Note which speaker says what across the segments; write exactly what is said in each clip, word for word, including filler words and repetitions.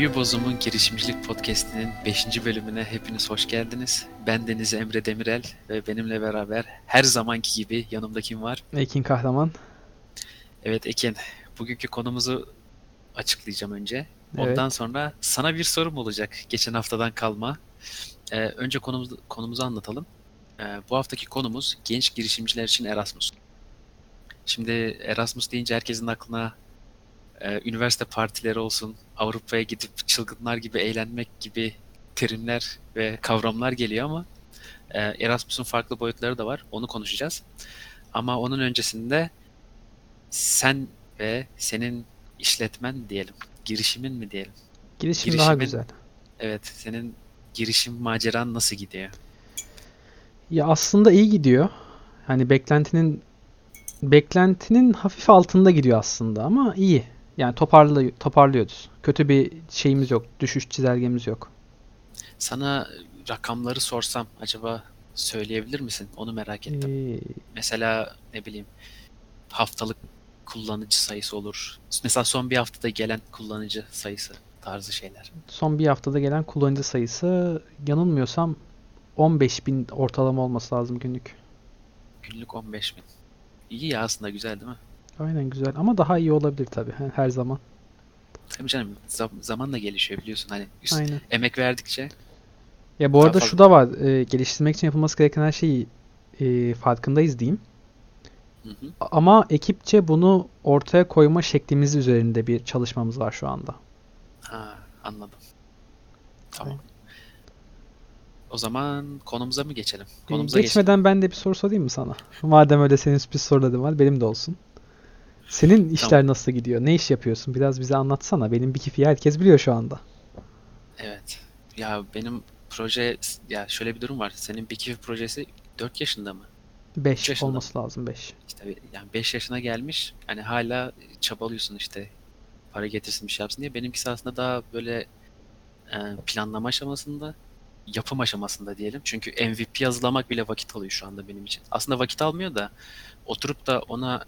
Speaker 1: Büyü Bozum'un Girişimcilik Podcast'inin beşinci bölümüne hepiniz hoş geldiniz. Ben Deniz Emre Demirel ve benimle beraber her zamanki gibi yanımda kim var?
Speaker 2: Ekin Kahraman.
Speaker 1: Evet Ekin, bugünkü konumuzu açıklayacağım önce. Ondan
Speaker 2: Evet.
Speaker 1: sonra sana bir sorum olacak geçen haftadan kalma. Ee, önce konumuzu, konumuzu anlatalım. Ee, bu haftaki konumuz genç girişimciler için Erasmus. Şimdi Erasmus deyince herkesin aklına e, üniversite partileri olsun, Avrupa'ya gidip çılgınlar gibi eğlenmek gibi terimler ve kavramlar geliyor ama e, Erasmus'un farklı boyutları da var. Onu konuşacağız. Ama onun öncesinde sen ve senin işletmen diyelim, girişimin mi diyelim?
Speaker 2: Girişim daha
Speaker 1: Girişimin,
Speaker 2: güzel.
Speaker 1: evet, senin girişim maceran nasıl gidiyor?
Speaker 2: Ya aslında iyi gidiyor. Hani beklentinin beklentinin hafif altında gidiyor aslında ama iyi. Yani toparlı toparlıyoruz. Kötü bir şeyimiz yok. Düşüş çizelgemiz yok.
Speaker 1: Sana rakamları sorsam acaba söyleyebilir misin? Onu merak ettim.
Speaker 2: Ee,
Speaker 1: Mesela ne bileyim haftalık kullanıcı sayısı olur. Mesela son bir haftada gelen kullanıcı sayısı tarzı şeyler.
Speaker 2: Son bir haftada gelen kullanıcı sayısı yanılmıyorsam on beş bin ortalama olması lazım günlük.
Speaker 1: Günlük on beş bin. İyi ya, aslında güzel değil mi?
Speaker 2: Aynen, güzel ama daha iyi olabilir tabii he- her zaman.
Speaker 1: Tabii canım, zam- zamanla gelişiyor biliyorsun, hani üst,
Speaker 2: Aynen.
Speaker 1: emek verdikçe
Speaker 2: Ya bu
Speaker 1: daha
Speaker 2: arada şu
Speaker 1: fazla.
Speaker 2: da var. E, geliştirmek için yapılması gereken her şeyi e, farkındayız diyeyim.
Speaker 1: Hı hı.
Speaker 2: Ama ekipçe bunu ortaya koyma şeklimiz üzerinde bir çalışmamız var şu anda.
Speaker 1: Ha, anladım. Tamam.
Speaker 2: Aynen.
Speaker 1: O zaman konumuza mı geçelim?
Speaker 2: Ee,
Speaker 1: Konumuza geçelim.
Speaker 2: geçmeden ben de bir soru sorayım mı sana? Madem öyle senin sürpriz soruların var, benim de olsun. Senin
Speaker 1: Tamam.
Speaker 2: işler nasıl gidiyor? Ne iş yapıyorsun? Biraz bize anlatsana. Benim bir kifiyi herkes biliyor şu anda.
Speaker 1: Evet. Ya benim proje, ya şöyle bir durum var. Senin Bikif projesi dört yaşında mı? Üç
Speaker 2: Beş
Speaker 1: yaşında mı?
Speaker 2: olması lazım, beş.
Speaker 1: İşte yani beş yaşına gelmiş. Hani hala çabalıyorsun işte para getirsin, bir şey yapsın diye. Benimkisi aslında daha böyle e, planlama aşamasında, yapım aşamasında diyelim. Çünkü M V P hazırlamak bile vakit alıyor şu anda benim için. Aslında vakit almıyor da oturup da ona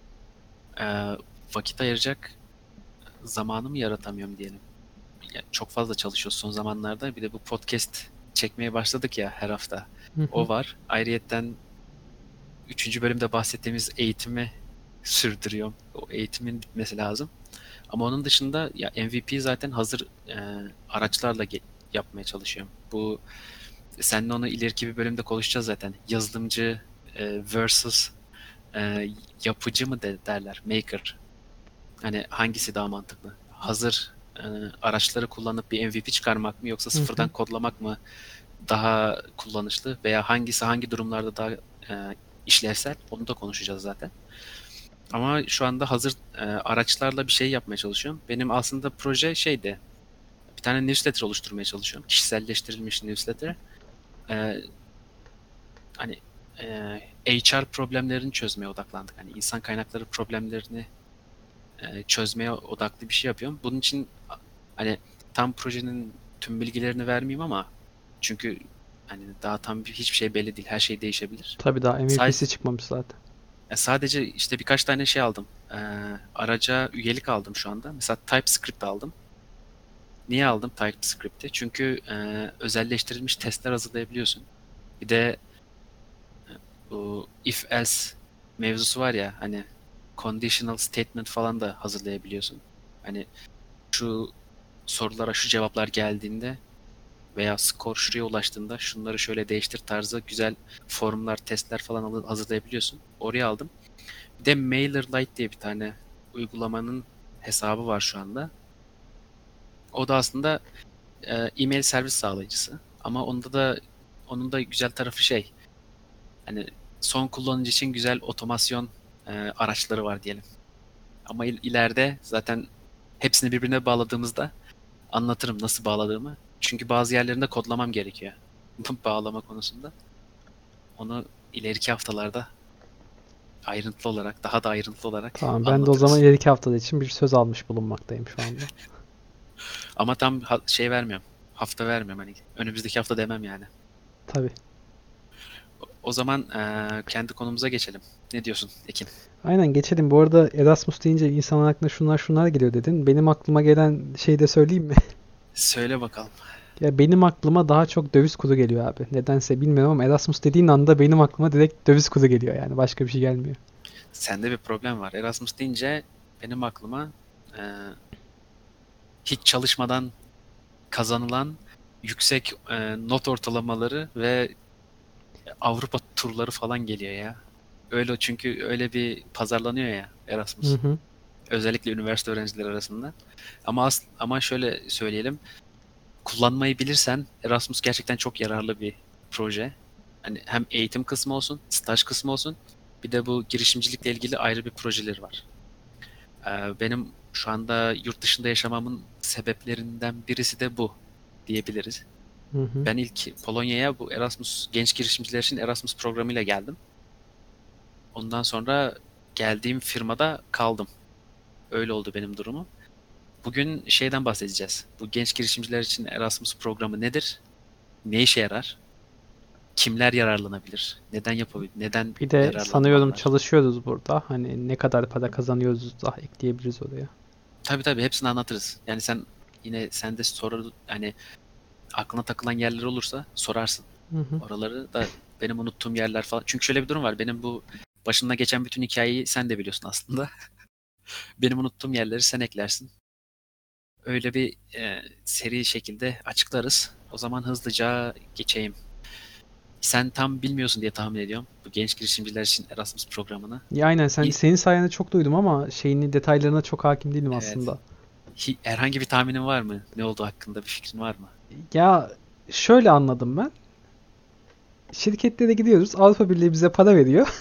Speaker 1: e, vakit ayıracak zamanımı yaratamıyorum diyelim. Yani çok fazla çalışıyoruz son zamanlarda. Bir de bu podcast çekmeye başladık ya her hafta.
Speaker 2: Hı hı.
Speaker 1: O var. Ayrıyetten üçüncü bölümde bahsettiğimiz eğitimi sürdürüyorum. O eğitimin bitmesi lazım. Ama onun dışında ya M V P zaten hazır e, araçlarla ge- yapmaya çalışıyorum. Bu seninle onu ileriki bir bölümde konuşacağız zaten. Yazılımcı e, versus e, yapıcı mı de, derler, maker. Hani hangisi daha mantıklı? Hazır e, araçları kullanıp bir M V P çıkarmak mı, yoksa
Speaker 2: Hı
Speaker 1: sıfırdan
Speaker 2: hı.
Speaker 1: kodlamak mı daha kullanışlı, veya hangisi hangi durumlarda daha e, işlevsel? Onu da konuşacağız zaten. Ama şu anda hazır e, araçlarla bir şey yapmaya çalışıyorum. Benim aslında proje şeydi. Bir tane newsletter oluşturmaya çalışıyorum. Kişiselleştirilmiş newsletter. E, hani e, H R problemlerini çözmeye odaklandık. Hani insan kaynakları problemlerini e, çözmeye odaklı bir şey yapıyorum. Bunun için a- hani tam projenin tüm bilgilerini vermeyeyim ama çünkü hani daha tam bir, hiçbir şey belli değil. Her şey değişebilir.
Speaker 2: Tabii daha
Speaker 1: Sadece,
Speaker 2: M V P'si çıkmamış zaten.
Speaker 1: sadece işte birkaç tane şey aldım. E, araca üyelik aldım şu anda. Mesela TypeScript aldım. Niye aldım TypeScript'i? Çünkü e, özelleştirilmiş testler hazırlayabiliyorsun. Bir de bu if else mevzusu var ya, hani conditional statement falan da hazırlayabiliyorsun. Hani şu sorulara şu cevaplar geldiğinde veya skor şuraya ulaştığında şunları şöyle değiştir tarzı güzel formlar, testler falan alı- hazırlayabiliyorsun. Oraya aldım. Bir de MailerLite diye bir tane uygulamanın hesabı var şu anda. O da aslında e, e-mail servis sağlayıcısı. Ama onda da onun da güzel tarafı şey. Hani son kullanıcı için güzel otomasyon e, araçları var diyelim. Ama il- ileride zaten hepsini birbirine bağladığımızda anlatırım nasıl bağladığımı. Çünkü bazı yerlerinde kodlamam gerekiyor. Bağlama konusunda. Onu ileriki haftalarda ayrıntılı olarak, daha da ayrıntılı olarak
Speaker 2: Tamam, ben de o zaman
Speaker 1: anlatırız.
Speaker 2: ileriki haftada için bir söz almış bulunmaktayım şu anda.
Speaker 1: Ama tam ha- şey vermiyorum. Hafta vermiyorum, hani önümüzdeki hafta demem yani.
Speaker 2: Tabii.
Speaker 1: O o zaman eee, kendi konumuza geçelim. Ne diyorsun Ekin?
Speaker 2: Aynen, geçelim. Bu arada Erasmus deyince insan aklına şunlar şunlar geliyor dedin. Benim aklıma gelen şeyi de söyleyeyim mi?
Speaker 1: Söyle bakalım.
Speaker 2: Ya benim aklıma daha çok döviz kuru geliyor abi. Nedense bilmiyorum ama Erasmus dediğin anda benim aklıma direkt döviz kuru geliyor yani. Başka bir şey gelmiyor.
Speaker 1: Sende bir problem var. Erasmus deyince benim aklıma e, hiç çalışmadan kazanılan yüksek e, not ortalamaları ve Avrupa turları falan geliyor ya. Öyle çünkü öyle bir pazarlanıyor ya
Speaker 2: Hı
Speaker 1: Erasmus.
Speaker 2: hı.
Speaker 1: Özellikle üniversite öğrencileri arasında. Ama as ama şöyle söyleyelim. Kullanmayı bilirsen Erasmus gerçekten çok yararlı bir proje. Hani hem eğitim kısmı olsun, staj kısmı olsun. Bir de bu girişimcilikle ilgili ayrı bir projeleri var. Ee, benim şu anda yurt dışında yaşamamın sebeplerinden birisi de bu diyebiliriz.
Speaker 2: Hı hı.
Speaker 1: Ben ilk Polonya'ya bu Erasmus genç girişimciler için Erasmus programıyla geldim. Ondan sonra geldiğim firmada kaldım. Öyle oldu benim durumum. Bugün şeyden bahsedeceğiz. Bu genç girişimciler için Erasmus programı nedir? Ne işe yarar? Kimler yararlanabilir? Neden yapabilir? Neden
Speaker 2: Bir de sanıyorum
Speaker 1: yararlanmalılar?
Speaker 2: çalışıyoruz burada. Hani ne kadar para kazanıyoruz daha ekleyebiliriz oraya.
Speaker 1: Tabii tabii hepsini anlatırız. Yani sen yine sen de sorar hani aklına takılan yerler olursa sorarsın.
Speaker 2: Hı hı.
Speaker 1: Oraları da benim unuttuğum yerler falan. Çünkü şöyle bir durum var. Benim bu başımda geçen bütün hikayeyi sen de biliyorsun aslında. Benim unuttuğum yerleri sen eklersin. Öyle bir e, seri şekilde açıklarız. O zaman hızlıca geçeyim. Sen tam bilmiyorsun diye tahmin ediyorum. Bu genç girişimciler için Erasmus programını.
Speaker 2: Ya aynen sen
Speaker 1: Hi-
Speaker 2: senin sayende çok duydum ama şeyini detaylarına çok hakim değilim
Speaker 1: evet.
Speaker 2: aslında.
Speaker 1: Hi- herhangi bir tahminin var mı? Ne olduğu hakkında bir fikrin var mı?
Speaker 2: Ya şöyle anladım ben. Şirketlere gidiyoruz. Avrupa Birliği bize para veriyor.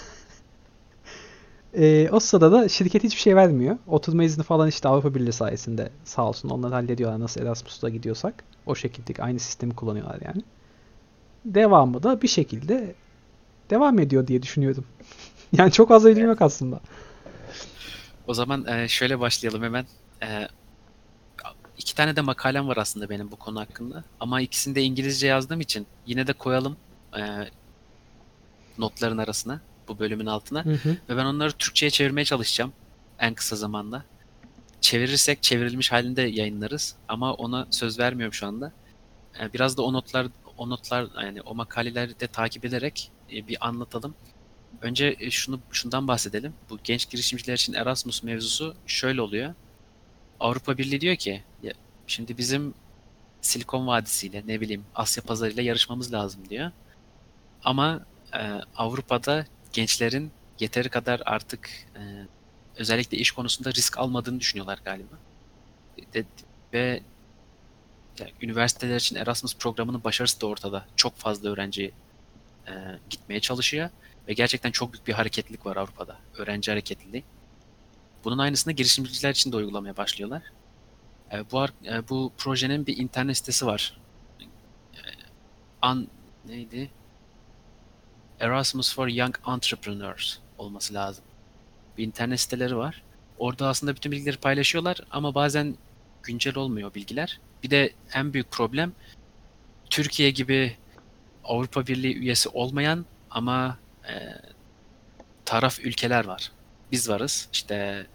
Speaker 2: Ee, o sırada da şirket hiçbir şey vermiyor. Oturma izni falan işte Avrupa Birliği sayesinde sağ olsun onlar hallediyorlar nasıl Erasmus'ta gidiyorsak. O şekilde aynı sistemi kullanıyorlar yani. Devamı da bir şekilde devam ediyor diye düşünüyorum. Yani çok fazla bilgim
Speaker 1: Evet.
Speaker 2: yok aslında.
Speaker 1: O zaman e, şöyle başlayalım hemen. E, iki tane de makalem var aslında benim bu konu hakkında. Ama ikisini de İngilizce yazdığım için yine de koyalım e, notların arasına, bu bölümün altına.
Speaker 2: Hı hı.
Speaker 1: Ve ben onları Türkçe'ye çevirmeye çalışacağım en kısa zamanda. Çevirirsek çevrilmiş halinde yayınlarız. Ama ona söz vermiyorum şu anda. E, biraz da o notlar, o notlar yani o makaleleri de takip ederek e, bir anlatalım. Önce e, şunu şundan bahsedelim. Bu genç girişimciler için Erasmus mevzusu şöyle oluyor. Avrupa Birliği diyor ki ya, şimdi bizim Silikon Vadisi ile ne bileyim Asya pazarıyla yarışmamız lazım diyor. Ama e, Avrupa'da gençlerin yeteri kadar artık e, özellikle iş konusunda risk almadığını düşünüyorlar galiba. De- ve ya, üniversiteler için Erasmus programının başarısı da ortada. Çok fazla öğrenci e, gitmeye çalışıyor ve gerçekten çok büyük bir hareketlilik var Avrupa'da. Öğrenci hareketliliği. Bunun aynısını girişimciler için de uygulamaya başlıyorlar. E, bu ar- e, bu projenin bir internet sitesi var. E, An neydi? Erasmus for Young Entrepreneurs olması lazım. Bir internet siteleri var. Orada aslında bütün bilgileri paylaşıyorlar ama bazen güncel olmuyor bilgiler. Bir de en büyük problem Türkiye gibi Avrupa Birliği üyesi olmayan ama e, taraf ülkeler var. Biz varız. İşte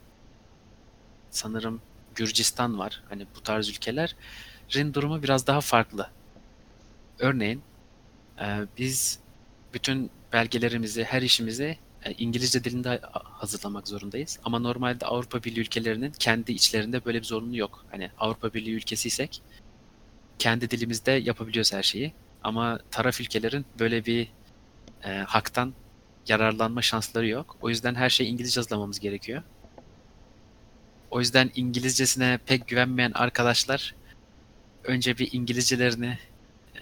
Speaker 1: sanırım Gürcistan var. Hani bu tarz ülkelerin durumu biraz daha farklı. Örneğin e, biz bütün belgelerimizi, her işimizi e, İngilizce dilinde hazırlamak zorundayız. Ama normalde Avrupa Birliği ülkelerinin kendi içlerinde böyle bir zorunlu yok. Hani Avrupa Birliği ülkesiysek kendi dilimizde yapabiliyoruz her şeyi. Ama taraf ülkelerin böyle bir e, haktan yararlanma şansları yok. O yüzden her şeyi İngilizce hazırlamamız gerekiyor. O yüzden İngilizcesine pek güvenmeyen arkadaşlar önce bir İngilizcelerini e,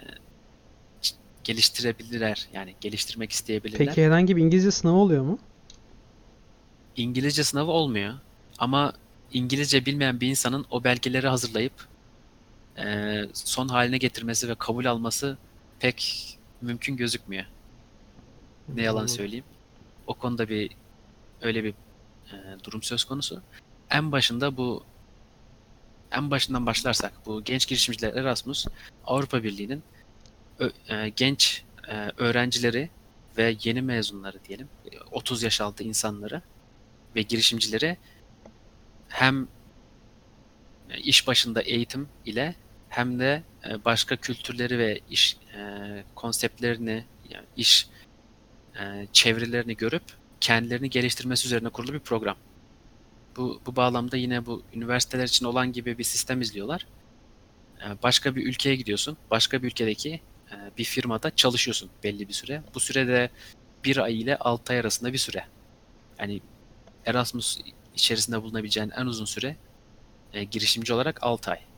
Speaker 1: geliştirebilirler. Yani geliştirmek isteyebilirler.
Speaker 2: Peki herhangi bir İngilizce sınavı oluyor mu?
Speaker 1: İngilizce sınavı olmuyor. Ama İngilizce bilmeyen bir insanın o belgeleri hazırlayıp e, son haline getirmesi ve kabul alması pek mümkün gözükmüyor.
Speaker 2: Hı,
Speaker 1: Ne yalan
Speaker 2: anladım.
Speaker 1: söyleyeyim. O konuda bir öyle bir e, durum söz konusu. En başında bu en başından başlarsak bu genç girişimciler Erasmus Avrupa Birliği'nin ö- e, genç e, öğrencileri ve yeni mezunları diyelim otuz yaş altı insanları ve girişimcileri hem iş başında eğitim ile hem de e, başka kültürleri ve iş e, konseptlerini, yani iş e, çevrelerini görüp kendilerini geliştirmesi üzerine kurulu bir program. Bu, bu bağlamda yine bu üniversiteler için olan gibi bir sistem izliyorlar. E, başka bir ülkeye gidiyorsun. Başka bir ülkedeki e, bir firmada çalışıyorsun belli bir süre. Bu sürede bir ay ile altı ay arasında bir süre. Yani Erasmus içerisinde bulunabileceğin en uzun süre e, girişimci olarak altı ay.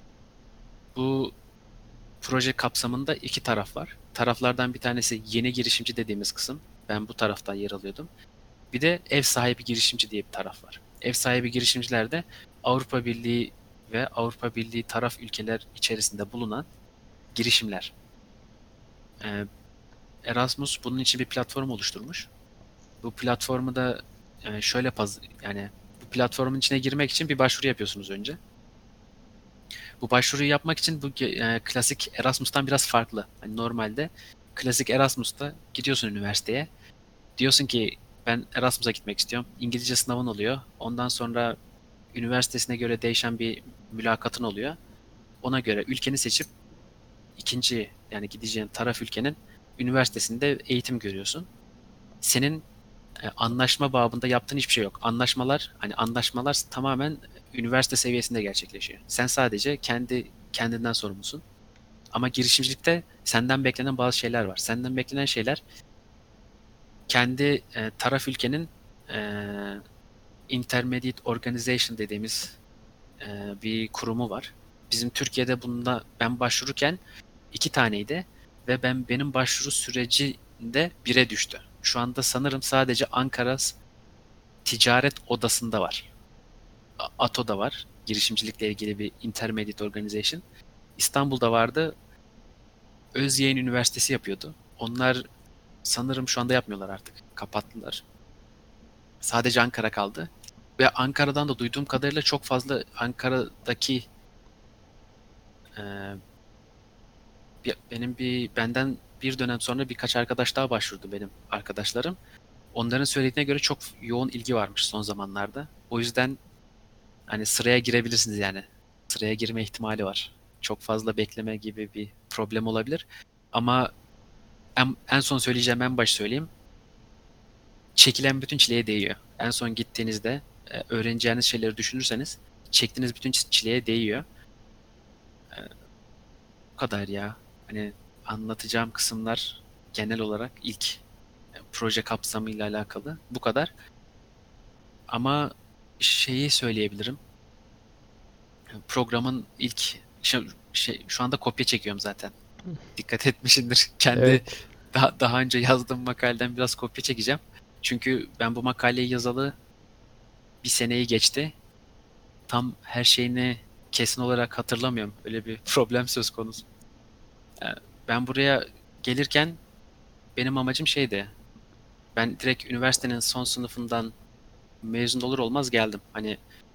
Speaker 1: Bu proje kapsamında iki taraf var. Taraflardan bir tanesi yeni girişimci dediğimiz kısım. Ben bu taraftan yer alıyordum. Bir de ev sahibi girişimci diye bir taraf var. Ev sahibi girişimciler de Avrupa Birliği ve Avrupa Birliği taraf ülkeler içerisinde bulunan girişimler. Ee, Erasmus bunun için bir platform oluşturmuş. Bu platformu da e, şöyle paz yani bu platformun içine girmek için bir başvuru yapıyorsunuz önce. Bu başvuruyu yapmak için bu ge- e, klasik Erasmus'tan biraz farklı. Hani normalde klasik Erasmus'ta gidiyorsun üniversiteye. Diyorsun ki ben Erasmus'a gitmek istiyorum. İngilizce sınavın oluyor. Ondan sonra üniversitesine göre değişen bir mülakatın oluyor. Ona göre ülkeni seçip ikinci yani gideceğin taraf ülkenin üniversitesinde eğitim görüyorsun. Senin e, anlaşma babında yaptığın hiçbir şey yok. Anlaşmalar hani anlaşmalar tamamen üniversite seviyesinde gerçekleşiyor. Sen sadece kendi kendinden sorumlusun. Ama girişimcilikte senden beklenen bazı şeyler var. Senden beklenen şeyler kendi e, taraf ülkenin e, Intermediate Organization dediğimiz e, bir kurumu var. Bizim Türkiye'de bunda ben başvururken iki taneydi ve ben benim başvuru sürecinde bire düştü. Şu anda sanırım sadece Ankara Ticaret Odası'nda var. A- ATO'da var. Girişimcilikle ilgili bir Intermediate Organization. İstanbul'da vardı. Özyeğin Üniversitesi yapıyordu. Onlar sanırım şu anda yapmıyorlar artık. Kapattılar. Sadece Ankara kaldı. Ve Ankara'dan da duyduğum kadarıyla çok fazla Ankara'daki e, bir- benim bir benden bir dönem sonra birkaç arkadaş daha başvurdu benim arkadaşlarım. Onların söylediğine göre çok yoğun ilgi varmış son zamanlarda. O yüzden hani sıraya girebilirsiniz yani. Sıraya girme ihtimali var. Çok fazla bekleme gibi bir problem olabilir. Ama en, en son söyleyeceğim en baş söyleyeyim. Çekilen bütün çileye değiyor. En son gittiğinizde e, öğreneceğiniz şeyleri düşünürseniz çektiğiniz bütün çi- çileye değiyor. E, Bu kadar ya. Hani anlatacağım kısımlar genel olarak ilk e, proje kapsamıyla alakalı bu kadar. Ama şeyi söyleyebilirim. Programın ilk şey, şey şu anda kopya çekiyorum zaten. Dikkat etmişsindir. Kendi
Speaker 2: Evet.
Speaker 1: daha, daha önce yazdığım makaleden biraz kopya çekeceğim. Çünkü ben bu makaleyi yazalı bir seneyi geçti. Tam her şeyini kesin olarak hatırlamıyorum. Öyle bir problem söz konusu. Yani ben buraya gelirken benim amacım şeydi. Ben direkt üniversitenin son sınıfından mezun olur olmaz geldim. Hani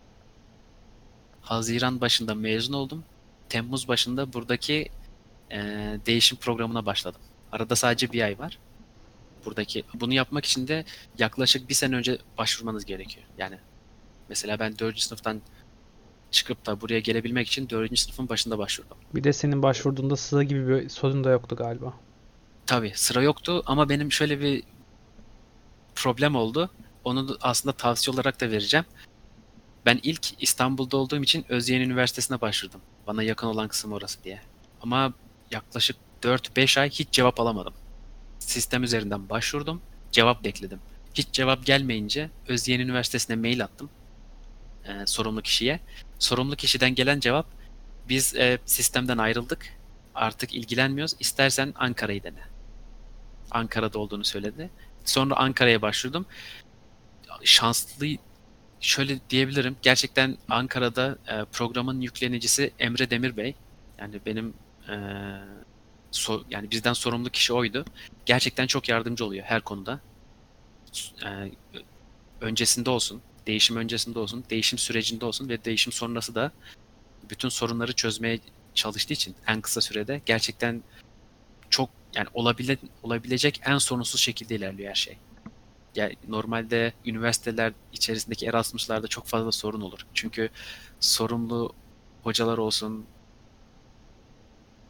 Speaker 1: Haziran başında mezun oldum. Temmuz başında buradaki e, değişim programına başladım. Arada sadece bir ay var. Buradaki bunu yapmak için de yaklaşık bir sene önce başvurmanız gerekiyor. Yani mesela ben dördüncü sınıftan çıkıp da buraya gelebilmek için dördüncü sınıfın başında başvurdum.
Speaker 2: Bir de senin başvurduğunda sıra gibi bir sorun da yoktu galiba.
Speaker 1: Tabii sıra yoktu ama benim şöyle bir problem oldu. Onu da aslında tavsiye olarak da vereceğim. Ben ilk İstanbul'da olduğum için Özyeğin Üniversitesi'ne başvurdum. Bana yakın olan kısım orası diye. Ama yaklaşık dört beş ay hiç cevap alamadım. Sistem üzerinden başvurdum. Cevap bekledim. Hiç cevap gelmeyince Özyeğin Üniversitesi'ne mail attım. E, sorumlu kişiye. Sorumlu kişiden gelen cevap biz e, sistemden ayrıldık. Artık ilgilenmiyoruz. İstersen Ankara'yı dene. Ankara'da olduğunu söyledi. Sonra Ankara'ya başvurdum. Şanslı şöyle diyebilirim. Gerçekten Ankara'da e, programın yüklenicisi Emre Demir Bey. Yani benim e, so- yani bizden sorumlu kişi oydu. Gerçekten çok yardımcı oluyor her konuda. E, Öncesinde olsun, değişim öncesinde olsun, değişim sürecinde olsun ve değişim sonrası da bütün sorunları çözmeye çalıştığı için en kısa sürede gerçekten çok yani olabile, olabilecek en sorunsuz şekilde ilerliyor her şey. Yani normalde üniversiteler içerisindeki Erasmus'larda çok fazla sorun olur. Çünkü sorumlu hocalar olsun,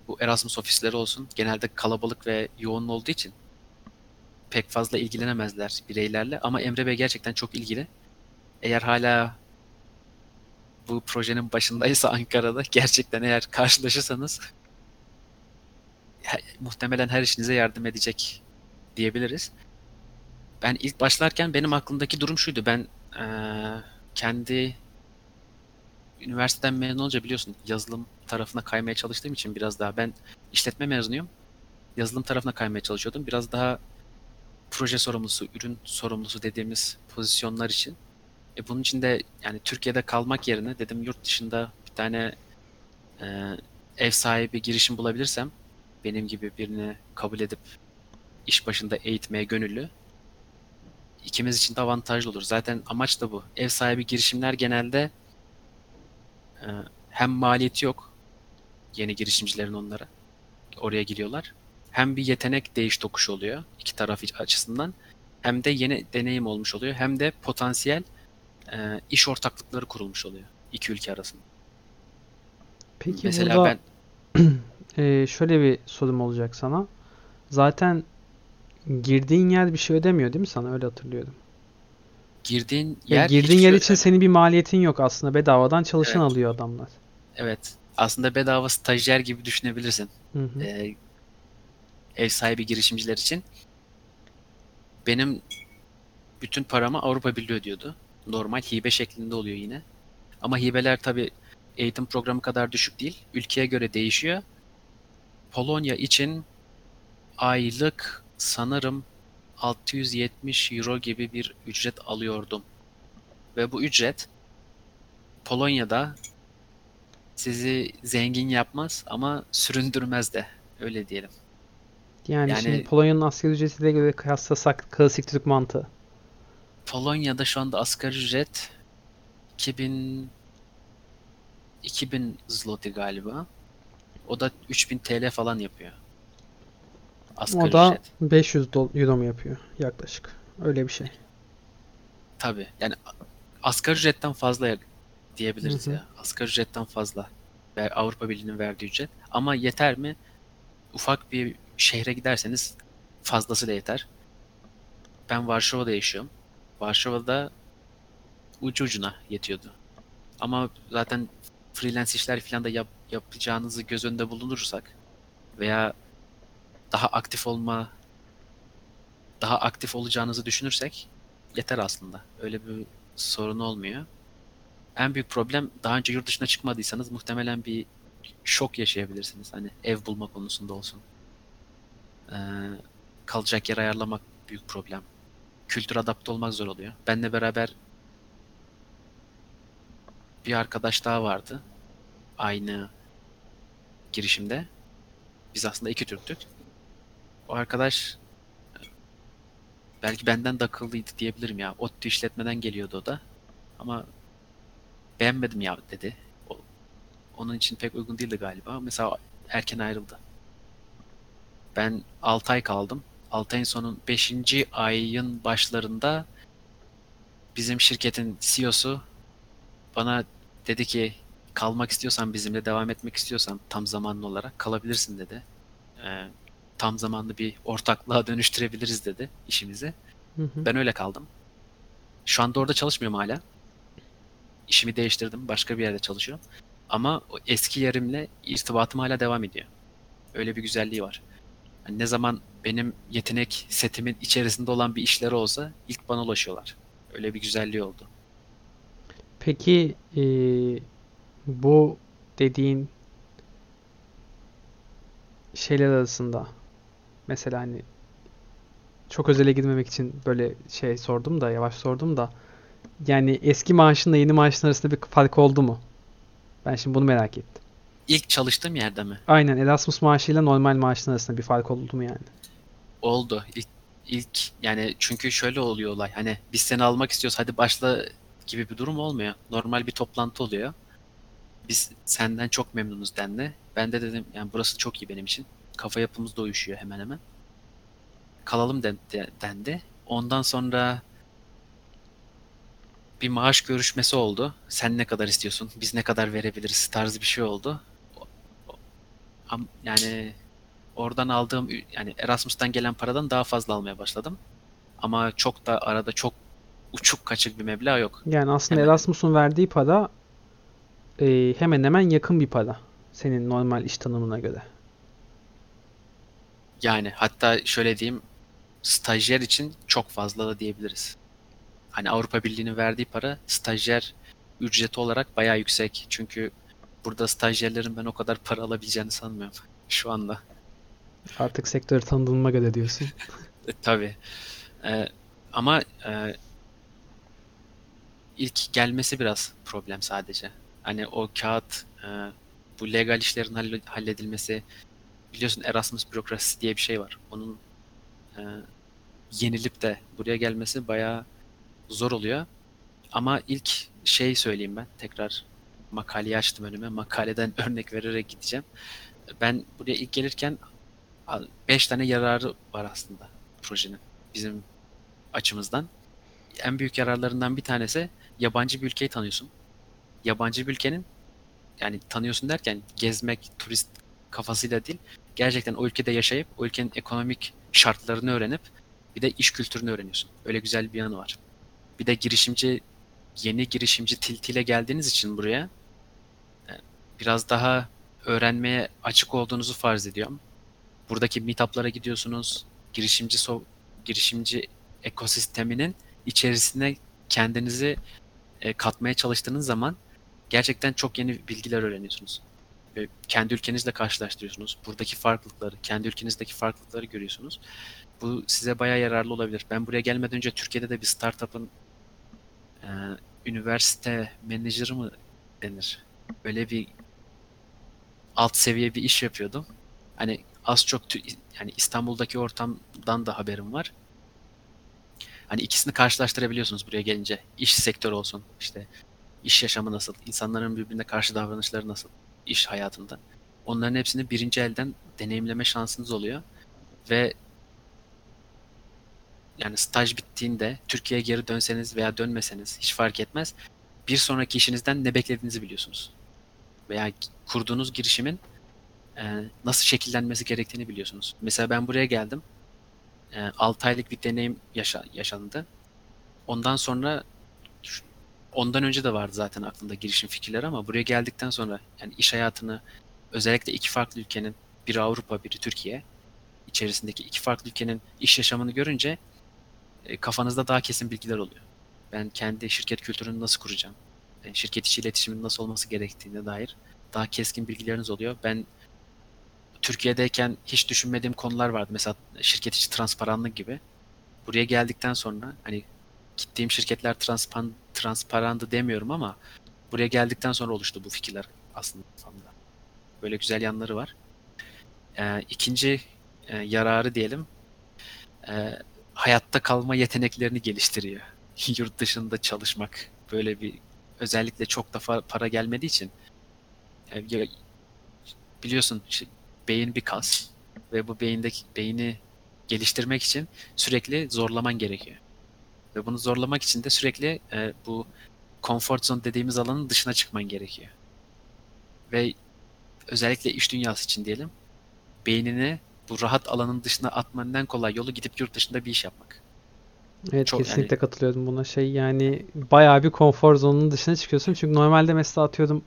Speaker 1: Bu Erasmus ofisleri olsun genelde kalabalık ve yoğun olduğu için pek fazla ilgilenemezler bireylerle ama Emre Bey gerçekten çok ilgili. Eğer hala bu projenin başındaysa Ankara'da gerçekten eğer karşılaşırsanız he- muhtemelen her işinize yardım edecek diyebiliriz. Ben ilk başlarken benim aklımdaki durum şuydu. Ben eee, kendi üniversiteden mezun olunca biliyorsun yazılım tarafına kaymaya çalıştığım için biraz daha ben işletme mezunuyum. Yazılım tarafına kaymaya çalışıyordum. Biraz daha proje sorumlusu, ürün sorumlusu dediğimiz pozisyonlar için. E bunun için de yani Türkiye'de kalmak yerine dedim yurt dışında bir tane e, ev sahibi girişim bulabilirsem benim gibi birini kabul edip iş başında eğitmeye gönüllü ikimiz için de avantajlı olur. Zaten amaç da bu. Ev sahibi girişimler genelde e, hem maliyeti yok yeni girişimcilerin onlara. Oraya giriyorlar. Hem bir yetenek değiş tokuşu oluyor iki taraf açısından. Hem de yeni deneyim olmuş oluyor. Hem de potansiyel e, iş ortaklıkları kurulmuş oluyor iki ülke arasında.
Speaker 2: Peki
Speaker 1: Mesela
Speaker 2: burada
Speaker 1: ben
Speaker 2: e, şöyle bir sorum olacak sana. Zaten girdiğin yer bir şey ödemiyor değil mi sana? Öyle hatırlıyorum.
Speaker 1: girdiğin
Speaker 2: Ya
Speaker 1: yer
Speaker 2: girdiğin
Speaker 1: hiçbir
Speaker 2: yer
Speaker 1: şey
Speaker 2: için
Speaker 1: ödemiyor.
Speaker 2: senin bir maliyetin yok aslında. Bedavadan çalışan
Speaker 1: Evet,
Speaker 2: alıyor adamlar.
Speaker 1: evet. Aslında bedava stajyer gibi düşünebilirsin.
Speaker 2: Hı hı.
Speaker 1: E, ev sahibi girişimciler için. Benim bütün paramı Avrupa Birliği ödüyordu. Normal hibe şeklinde oluyor yine. Ama hibeler tabii eğitim programı kadar düşük değil. Ülkeye göre değişiyor. Polonya için aylık sanırım altı yüz yetmiş euro gibi bir ücret alıyordum. Ve bu ücret Polonya'da sizi zengin yapmaz ama süründürmez de. Öyle diyelim.
Speaker 2: Yani şimdi
Speaker 1: Yani
Speaker 2: Polonya'nın asgari ücretiyle göre kıyaslasak klasik Türk mantığı.
Speaker 1: Polonya'da şu anda asgari ücret iki bin iki bin zloty galiba. O da üç bin T L falan yapıyor.
Speaker 2: O
Speaker 1: Asgari
Speaker 2: da
Speaker 1: ücret.
Speaker 2: beş yüz dol- euro mu yapıyor yaklaşık? Öyle bir şey.
Speaker 1: Tabii. Yani asgari ücretten fazla
Speaker 2: Hı
Speaker 1: diyebiliriz
Speaker 2: hı.
Speaker 1: ya. Asgari ücretten fazla. Ve Avrupa Birliği'nin verdiği ücret. Ama yeter mi? Ufak bir şehre giderseniz fazlası da yeter. Ben Varşova'da yaşıyorum. Varşova'da ucu ucuna yetiyordu. Ama zaten freelance işler falan da yap, yapacağınızı göz önünde bulundurursak veya daha aktif olma, daha aktif olacağınızı düşünürsek yeter aslında. Öyle bir sorun olmuyor. En büyük problem daha önce yurt dışına çıkmadıysanız muhtemelen bir şok yaşayabilirsiniz. Hani ev bulma konusunda olsun. Ee, kalacak yer ayarlamak büyük problem. Kültür adapte olmak zor oluyor. Benle beraber bir arkadaş daha vardı. Aynı girişimde. Biz aslında iki Türktük. O arkadaş belki benden de akıllıydı diyebilirim ya. ODTÜ işletmeden geliyordu o da. Ama beğenmedim ya dedi. O, onun için pek uygun değildi galiba. Mesela erken ayrıldı. Ben altı ay kaldım. altı ayın sonun beşinci ayın başlarında bizim şirketin C E O'su bana dedi ki kalmak istiyorsan bizimle devam etmek istiyorsan tam zamanlı olarak kalabilirsin dedi. Ee, tam zamanlı bir ortaklığa dönüştürebiliriz dedi işimizi.
Speaker 2: Hı hı.
Speaker 1: Ben öyle kaldım. Şu anda orada çalışmıyorum hala. İşimi değiştirdim. Başka bir yerde çalışıyorum. Ama o eski yerimle irtibatım hala devam ediyor. Öyle bir güzelliği var. Hani ne zaman benim yetenek setimin içerisinde olan bir işleri olsa ilk bana ulaşıyorlar. Öyle bir güzelliği oldu.
Speaker 2: Peki eee, bu dediğin şeyler arasında mesela hani çok özele girmemek için böyle şey sordum da yavaş sordum da yani eski maaşınla yeni maaşın arasında bir fark oldu mu? Ben şimdi bunu merak ettim.
Speaker 1: İlk çalıştığım yerde mi?
Speaker 2: Aynen Erasmus maaşıyla normal maaşın arasında bir fark oldu mu yani?
Speaker 1: Oldu. İlk, ilk yani çünkü şöyle oluyor olay. Hani biz seni almak istiyoruz hadi başla gibi bir durum olmuyor. Normal bir toplantı oluyor. Biz senden çok memnunuz dendi. Ben de dedim yani burası çok iyi benim için. Kafa yapımız da uyuşuyor hemen hemen. Kalalım den- de- dendi. Ondan sonra bir maaş görüşmesi oldu. Sen ne kadar istiyorsun? Biz ne kadar verebiliriz tarzı bir şey oldu. Am- yani oradan aldığım ü- yani Erasmus'tan gelen paradan daha fazla almaya başladım. Ama çok da arada çok uçuk kaçık bir meblağ yok.
Speaker 2: Yani aslında
Speaker 1: Hemen
Speaker 2: Erasmus'un verdiği para e, hemen hemen yakın bir para. Senin normal iş tanımına göre.
Speaker 1: yani hatta şöyle diyeyim, stajyer için çok fazla da diyebiliriz. Hani Avrupa Birliği'nin verdiği para stajyer ücreti olarak bayağı yüksek. Çünkü burada stajyerlerin ben o kadar para alabileceğini sanmıyorum şu anda.
Speaker 2: Artık sektörü tanıdığıma göre diyorsun.
Speaker 1: E, tabii. E, ama e, ilk gelmesi biraz problem sadece. Hani o kağıt, e, bu legal işlerin halle- halledilmesi, biliyorsun Erasmus bürokrasisi diye bir şey var. Onun e, yenilip de buraya gelmesi bayağı zor oluyor. Ama ilk şey söyleyeyim ben. Tekrar makaleyi açtım önüme. Makaleden örnek vererek gideceğim. Ben buraya ilk gelirken beş tane yararı var aslında projenin bizim açımızdan. En büyük yararlarından bir tanesi, yabancı bir ülkeyi tanıyorsun. Yabancı bir ülkenin, yani tanıyorsun derken gezmek, turist kafasıyla değil, gerçekten o ülkede yaşayıp o ülkenin ekonomik şartlarını öğrenip bir de iş kültürünü öğreniyorsun. Öyle güzel bir yanı var. Bir de girişimci, yeni girişimci tiltiyle geldiğiniz için buraya e, biraz daha öğrenmeye açık olduğunuzu farz ediyorum. Buradaki meetup'lara gidiyorsunuz. Girişimci so girişimci ekosisteminin içerisine kendinizi e, katmaya çalıştığınız zaman gerçekten çok yeni bilgiler öğreniyorsunuz. Ve kendi ülkenizle karşılaştırıyorsunuz. Buradaki farklılıkları, kendi ülkenizdeki farklılıkları görüyorsunuz. Bu size bayağı yararlı olabilir. Ben buraya gelmeden önce Türkiye'de de bir startup'ın e, üniversite menajeri mi denir? Öyle bir alt seviye bir iş yapıyordum. Hani az çok tü- yani İstanbul'daki ortamdan da haberim var. Hani ikisini karşılaştırabiliyorsunuz buraya gelince. İş sektörü olsun, işte iş yaşamı nasıl, insanların birbirine karşı davranışları nasıl, iş hayatında. Onların hepsini birinci elden deneyimleme şansınız oluyor. Ve yani staj bittiğinde Türkiye'ye geri dönseniz veya dönmeseniz hiç fark etmez. Bir sonraki işinizden ne beklediğinizi biliyorsunuz. Veya kurduğunuz girişimin e, nasıl şekillenmesi gerektiğini biliyorsunuz. Mesela ben buraya geldim. E, altı aylık bir deneyim yaşa yaşandı. Ondan sonra, ondan önce de vardı zaten aklımda girişim fikirleri ama buraya geldikten sonra yani iş hayatını, özellikle iki farklı ülkenin, biri Avrupa biri Türkiye içerisindeki iki farklı ülkenin iş yaşamını görünce e, kafanızda daha kesin bilgiler oluyor. Ben kendi şirket kültürünü nasıl kuracağım? E, şirket içi iletişimin nasıl olması gerektiğine dair daha keskin bilgileriniz oluyor. Ben Türkiye'deyken hiç düşünmediğim konular vardı. Mesela şirket içi transparanlık gibi. Buraya geldikten sonra hani gittiğim şirketler transpan, transparandı demiyorum ama buraya geldikten sonra oluştu bu fikirler aslında kafamda. Böyle güzel yanları var. Ee, ikinci e, yararı diyelim, e, hayatta kalma yeteneklerini geliştiriyor. Yurt dışında çalışmak, böyle bir, özellikle çok da fa- para gelmediği için e, ya- biliyorsun şey, beyin bir kas ve bu beyindeki beyni geliştirmek için sürekli zorlaman gerekiyor. Ve bunu zorlamak için de sürekli e, bu comfort zone dediğimiz alanın dışına çıkman gerekiyor. Ve özellikle iş dünyası için diyelim, beynini bu rahat alanın dışına atmanın en kolay yolu gidip yurt dışında bir iş yapmak.
Speaker 2: Evet,
Speaker 1: Çok yani
Speaker 2: kesinlikle katılıyorum buna. Şey yani bayağı bir konfor zonunun dışına çıkıyorsun. Çünkü normalde mesela atıyorum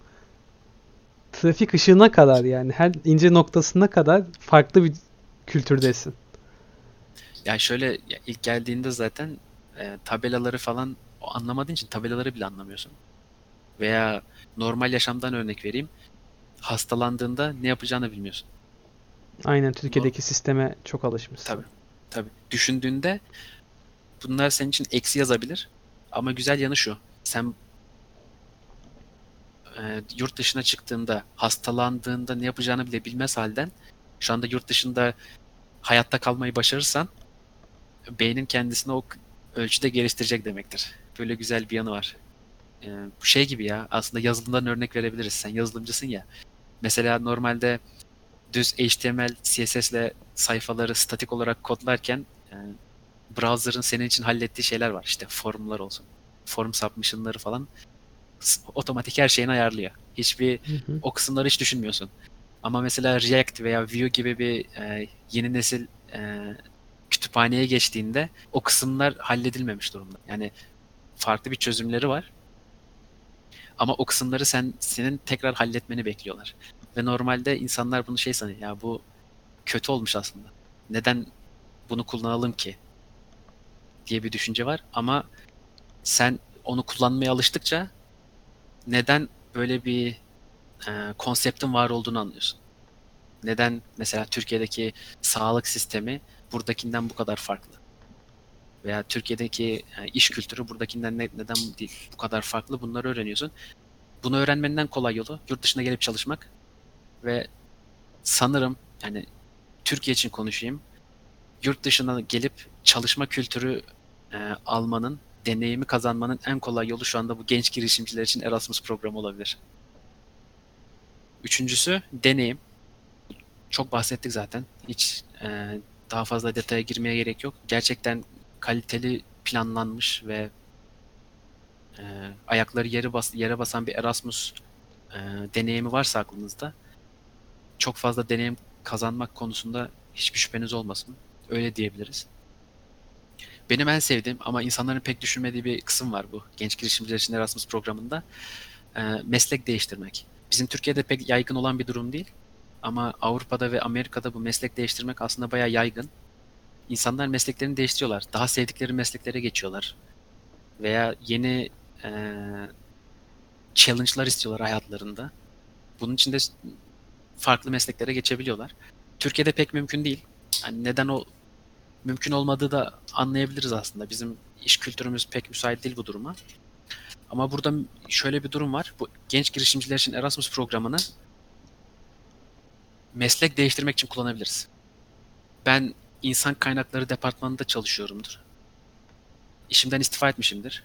Speaker 2: trafik ışığına kadar yani her ince noktasına kadar farklı bir kültürdesin.
Speaker 1: yani şöyle, ya ilk geldiğinde zaten e, tabelaları falan o anlamadığın için tabelaları bile anlamıyorsun. Veya normal yaşamdan örnek vereyim. Hastalandığında ne yapacağını bilmiyorsun.
Speaker 2: Aynen,
Speaker 1: Nor
Speaker 2: Türkiye'deki sisteme çok
Speaker 1: tabii
Speaker 2: alışmışsın.
Speaker 1: tabii. Düşündüğünde bunlar senin için eksi yazabilir. Ama güzel yanı şu. Sen e, yurt dışına çıktığında, hastalandığında ne yapacağını bile bilmez halden şu anda yurt dışında hayatta kalmayı başarırsan beynin kendisini o k- ölçüde geliştirecek demektir. Böyle güzel bir yanı var. E, bu şey gibi ya, aslında yazılımdan örnek verebiliriz. Sen yazılımcısın ya. Mesela normalde düz H T M L, C S S ile sayfaları statik olarak kodlarken e, browser'ın senin için hallettiği şeyler var. İşte formlar olsun. Form submission'ları falan s- otomatik her şeyini ayarlıyor. Hiçbir
Speaker 2: Hı hı.
Speaker 1: o kısımları hiç düşünmüyorsun. Ama mesela React veya Vue gibi bir e, yeni nesil e, kütüphaneye geçtiğinde o kısımlar halledilmemiş durumda. Yani farklı bir çözümleri var ama o kısımları sen senin tekrar halletmeni bekliyorlar. Ve normalde insanlar bunu şey sanıyor, ya bu kötü olmuş aslında. Neden bunu kullanalım ki diye bir düşünce var ama sen onu kullanmaya alıştıkça neden böyle bir e, konseptin var olduğunu anlıyorsun. Neden mesela Türkiye'deki sağlık sistemi buradakinden bu kadar farklı? Veya Türkiye'deki e, iş kültürü buradakinden ne- neden değil bu kadar farklı? Bunları öğreniyorsun. Bunu öğrenmenin en kolay yolu yurt dışına gelip çalışmak ve sanırım yani Türkiye için konuşayım. Yurt dışına gelip çalışma kültürü e, almanın, deneyimi kazanmanın en kolay yolu şu anda bu genç girişimciler için Erasmus programı olabilir. Üçüncüsü deneyim. Çok bahsettik zaten. Hiç e, daha fazla detaya girmeye gerek yok. Gerçekten kaliteli planlanmış ve e, ayakları yere bas yere basan bir Erasmus e, deneyimi varsa aklınızda çok fazla deneyim kazanmak konusunda hiçbir şüpheniz olmasın. Öyle diyebiliriz. Benim en sevdiğim ama insanların pek düşünmediği bir kısım var bu genç girişimciler için Erasmus programında. E, meslek değiştirmek. Bizim Türkiye'de pek yaygın olan bir durum değil. Ama Avrupa'da ve Amerika'da bu meslek değiştirmek aslında bayağı yaygın. İnsanlar mesleklerini değiştiriyorlar. Daha sevdikleri mesleklere geçiyorlar. Veya yeni e, challenge'lar istiyorlar hayatlarında. Bunun için de farklı mesleklere geçebiliyorlar. Türkiye'de pek mümkün değil. Yani neden o mümkün olmadığı da anlayabiliriz aslında. Bizim iş kültürümüz pek müsait değil bu duruma. Ama burada şöyle bir durum var. Bu genç girişimciler için Erasmus programını meslek değiştirmek için kullanabiliriz. Ben insan kaynakları departmanında çalışıyorumdur. İşimden istifa etmişimdir.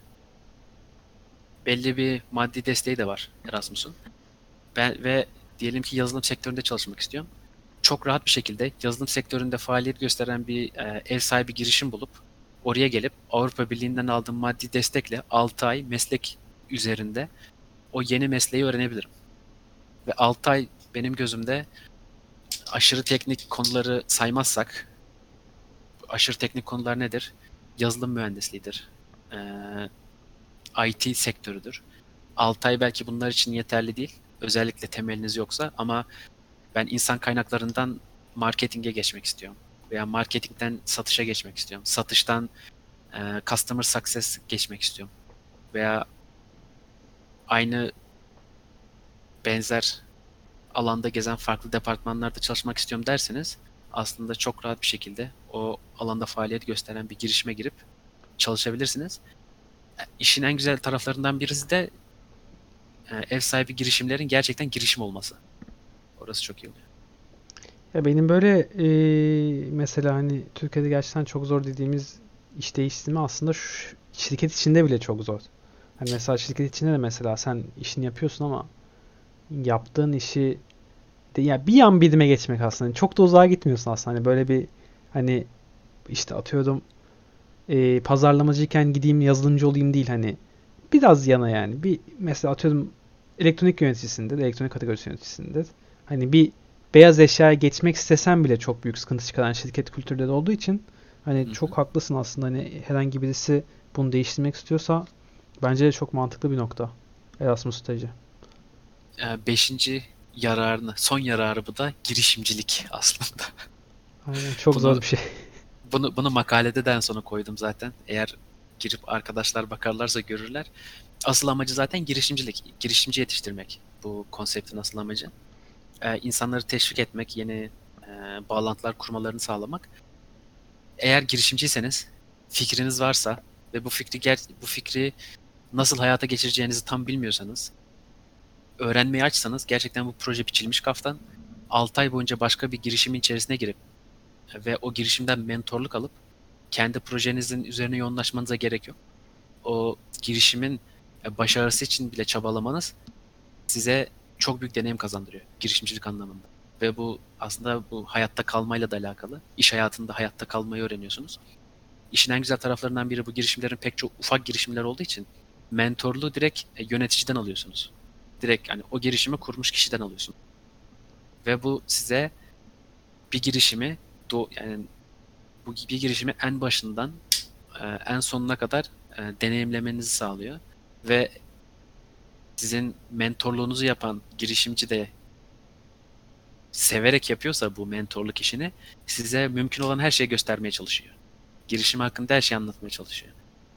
Speaker 1: Belli bir maddi desteği de var Erasmus'un. Ben ve diyelim ki yazılım sektöründe çalışmak istiyorum. Çok rahat bir şekilde yazılım sektöründe faaliyet gösteren bir e, ev sahibi girişim bulup oraya gelip Avrupa Birliği'nden aldığım maddi destekle altı ay meslek üzerinde o yeni mesleği öğrenebilirim. Ve altı ay benim gözümde aşırı teknik konuları saymazsak, aşırı teknik konular nedir? Yazılım mühendisliğidir. Ee, I T sektörüdür. altı ay belki bunlar için yeterli değil. Özellikle temeliniz yoksa ama ben insan kaynaklarından marketinge geçmek istiyorum. Veya marketingden satışa geçmek istiyorum. Satıştan e, customer success geçmek istiyorum. Veya aynı benzer alanda gezen farklı departmanlarda çalışmak istiyorum derseniz aslında çok rahat bir şekilde o alanda faaliyet gösteren bir girişime girip çalışabilirsiniz. İşin en güzel taraflarından birisi de e, ev sahibi girişimlerin gerçekten girişim olması. Orası çok iyi oluyor.
Speaker 2: Ya benim böyle eee, mesela hani Türkiye'de gerçekten çok zor dediğimiz iş değiştirme aslında şu, şirket içinde bile çok zor. Hani mesela şirket içinde de mesela sen işini yapıyorsun ama yaptığın işi de, ya bir yan birime geçmek aslında. Çok da uzağa gitmiyorsun aslında. Hani böyle bir hani işte atıyorum eee pazarlamacıyken gideyim yazılımcı olayım değil hani biraz yana yani. Bir mesela atıyorum elektronik yöneticisinde, elektronik kategorisi yöneticisinde hani bir beyaz eşyaya geçmek istesen bile çok büyük sıkıntı çıkaran şirket kültürleri olduğu için hani
Speaker 1: Hı hı.
Speaker 2: çok haklısın aslında hani herhangi birisi bunu değiştirmek istiyorsa bence de çok mantıklı bir nokta. Erasmus stajı.
Speaker 1: E, beşinci yararını, son yararı bu da girişimcilik aslında.
Speaker 2: Aynen çok zor
Speaker 1: Bunu
Speaker 2: bir şey.
Speaker 1: bunu bunu makalede de en sona koydum zaten. Eğer girip arkadaşlar bakarlarsa görürler. Asıl amacı zaten girişimcilik. Girişimci yetiştirmek. Bu konseptin asıl amacı. Ee, insanları teşvik etmek, yeni e, bağlantılar kurmalarını sağlamak. Eğer girişimciyseniz, fikriniz varsa ve bu fikri ger- bu fikri nasıl hayata geçireceğinizi tam bilmiyorsanız, öğrenmeye açsanız gerçekten bu proje biçilmiş kaftan. altı ay boyunca başka bir girişimin içerisine girip ve o girişimden mentorluk alıp kendi projenizin üzerine yoğunlaşmanıza gerek yok. O girişimin e, başarısı için bile çabalamanız size çok büyük deneyim kazandırıyor girişimcilik anlamında. Ve bu aslında bu hayatta kalmayla da alakalı. İş hayatında hayatta kalmayı öğreniyorsunuz. İşin en güzel taraflarından biri bu girişimlerin pek çok ufak girişimler olduğu için mentorluğu direkt e, yöneticiden alıyorsunuz. Direkt yani o girişimi kurmuş kişiden alıyorsunuz. Ve bu size bir girişimi do yani bu bir girişimi en başından e, en sonuna kadar e, deneyimlemenizi sağlıyor ve sizin mentorluğunuzu yapan girişimci de severek yapıyorsa bu mentorluk işini size mümkün olan her şeyi göstermeye çalışıyor. Girişim hakkında her şeyi anlatmaya çalışıyor.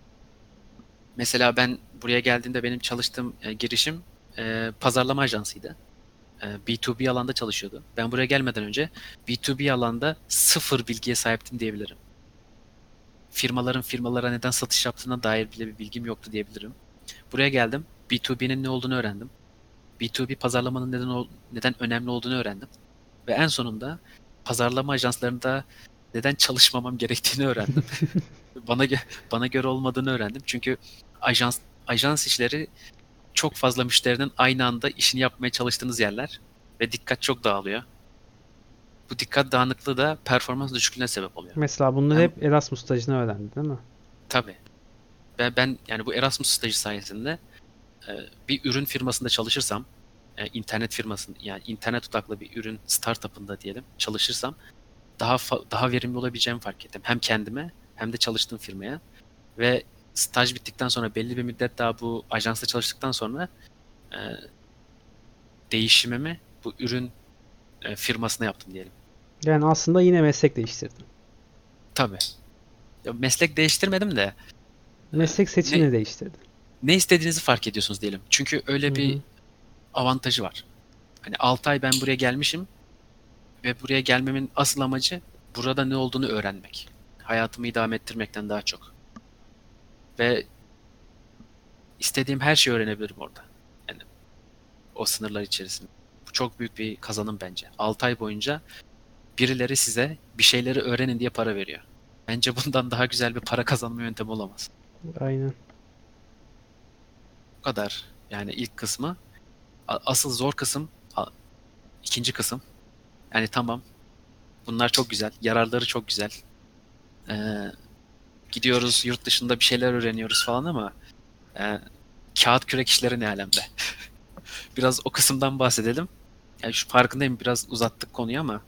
Speaker 1: Mesela ben buraya geldiğimde benim çalıştığım e, girişim e, pazarlama ajansıydı. E, B iki B alanda çalışıyordu. Ben buraya gelmeden önce B iki B alanda sıfır bilgiye sahiptim diyebilirim. Firmaların firmalara neden satış yaptığına dair bile bir bilgim yoktu diyebilirim. Buraya geldim. B iki B'nin ne olduğunu öğrendim. B iki B pazarlamanın neden ol- neden önemli olduğunu öğrendim. Ve en sonunda pazarlama ajanslarında neden çalışmamam gerektiğini öğrendim. Bana gö- bana göre olmadığını öğrendim. Çünkü ajans ajans işleri çok fazla müşterinin aynı anda işini yapmaya çalıştığınız yerler ve dikkat çok dağılıyor. Bu dikkat dağınıklığı da performans düşüklüğüne sebep oluyor.
Speaker 2: Mesela bunları
Speaker 1: Ben
Speaker 2: hep Erasmus stajını öğrendi değil mi?
Speaker 1: tabii ben, ben yani bu Erasmus stajı sayesinde e, bir ürün firmasında çalışırsam, e, internet firmasında yani internet odaklı bir ürün startup'ında diyelim çalışırsam daha fa- daha verimli olabileceğimi fark ettim. Hem kendime hem de çalıştığım firmaya. Ve staj bittikten sonra belli bir müddet daha bu ajansta çalıştıktan sonra e, değişimimi bu ürün e, firmasına yaptım diyelim.
Speaker 2: Yani aslında yine meslek değiştirdin.
Speaker 1: Tabii. Ya meslek değiştirmedim de e,
Speaker 2: Meslek
Speaker 1: ne
Speaker 2: seçimini değiştirdin.
Speaker 1: ne istediğinizi fark ediyorsunuz diyelim. Çünkü
Speaker 2: Hı
Speaker 1: öyle bir
Speaker 2: hı.
Speaker 1: avantajı var. Hani altı ay ben buraya gelmişim ve buraya gelmemin asıl amacı burada ne olduğunu öğrenmek. Hayatımı idame ettirmekten daha çok. Ve istediğim her şeyi öğrenebilirim orada. Yani o sınırlar içerisinde. Bu çok büyük bir kazanım bence. altı ay boyunca birileri size bir şeyleri öğrenin diye para veriyor. Bence bundan daha güzel bir para kazanma yöntemi olamaz.
Speaker 2: Aynen.
Speaker 1: Bu kadar. Yani ilk kısmı. A- Asıl zor kısım a- ikinci kısım. Yani tamam. Bunlar çok güzel. Yararları çok güzel. Ee, gidiyoruz yurt dışında bir şeyler öğreniyoruz falan ama e, kağıt kürek işleri ne alemde? Biraz o kısımdan bahsedelim. Yani şu farkındayım biraz uzattık konuyu ama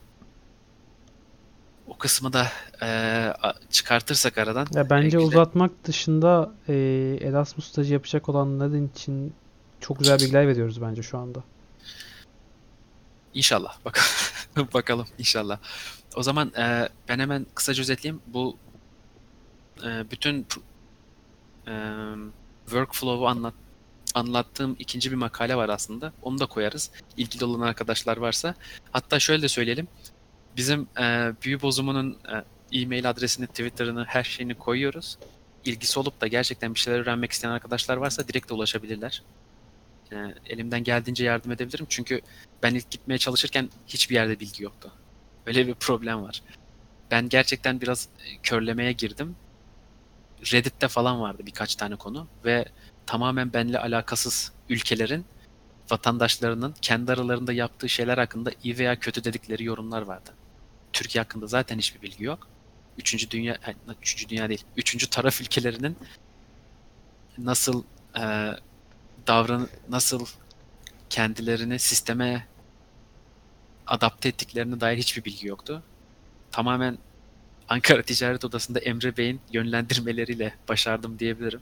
Speaker 1: o kısmı da e, a- çıkartırsak aradan
Speaker 2: Ya
Speaker 1: e,
Speaker 2: bence
Speaker 1: güzel.
Speaker 2: uzatmak dışında e, Erasmus stajı yapacak olanların için çok güzel bilgiler veriyoruz bence şu anda.
Speaker 1: İnşallah. Bak bakalım inşallah. O zaman e, ben hemen kısaca özetleyeyim. Bu e, bütün e, workflow'u anlat anlattığım ikinci bir makale var aslında. Onu da koyarız. İlgili olan arkadaşlar varsa. Hatta şöyle de söyleyelim. Bizim e, büyü bozumunun e, e-mail adresini, Twitter'ını, her şeyini koyuyoruz. İlgisi olup da gerçekten bir şeyler öğrenmek isteyen arkadaşlar varsa direkt de ulaşabilirler. E, elimden geldiğince yardım edebilirim. Çünkü ben ilk gitmeye çalışırken hiçbir yerde bilgi yoktu. Öyle bir problem var. Ben gerçekten biraz e, körlemeye girdim. Reddit'te falan vardı birkaç tane konu ve tamamen benimle alakasız ülkelerin vatandaşlarının kendi aralarında yaptığı şeyler hakkında iyi veya kötü dedikleri yorumlar vardı. Türkiye hakkında zaten hiçbir bilgi yok. Üçüncü dünya, e, üçüncü dünya değil, üçüncü taraf ülkelerinin nasıl e, davran, nasıl kendilerini sisteme adapte ettiklerine dair hiçbir bilgi yoktu. Tamamen Ankara Ticaret Odası'nda Emre Bey'in yönlendirmeleriyle başardım diyebilirim.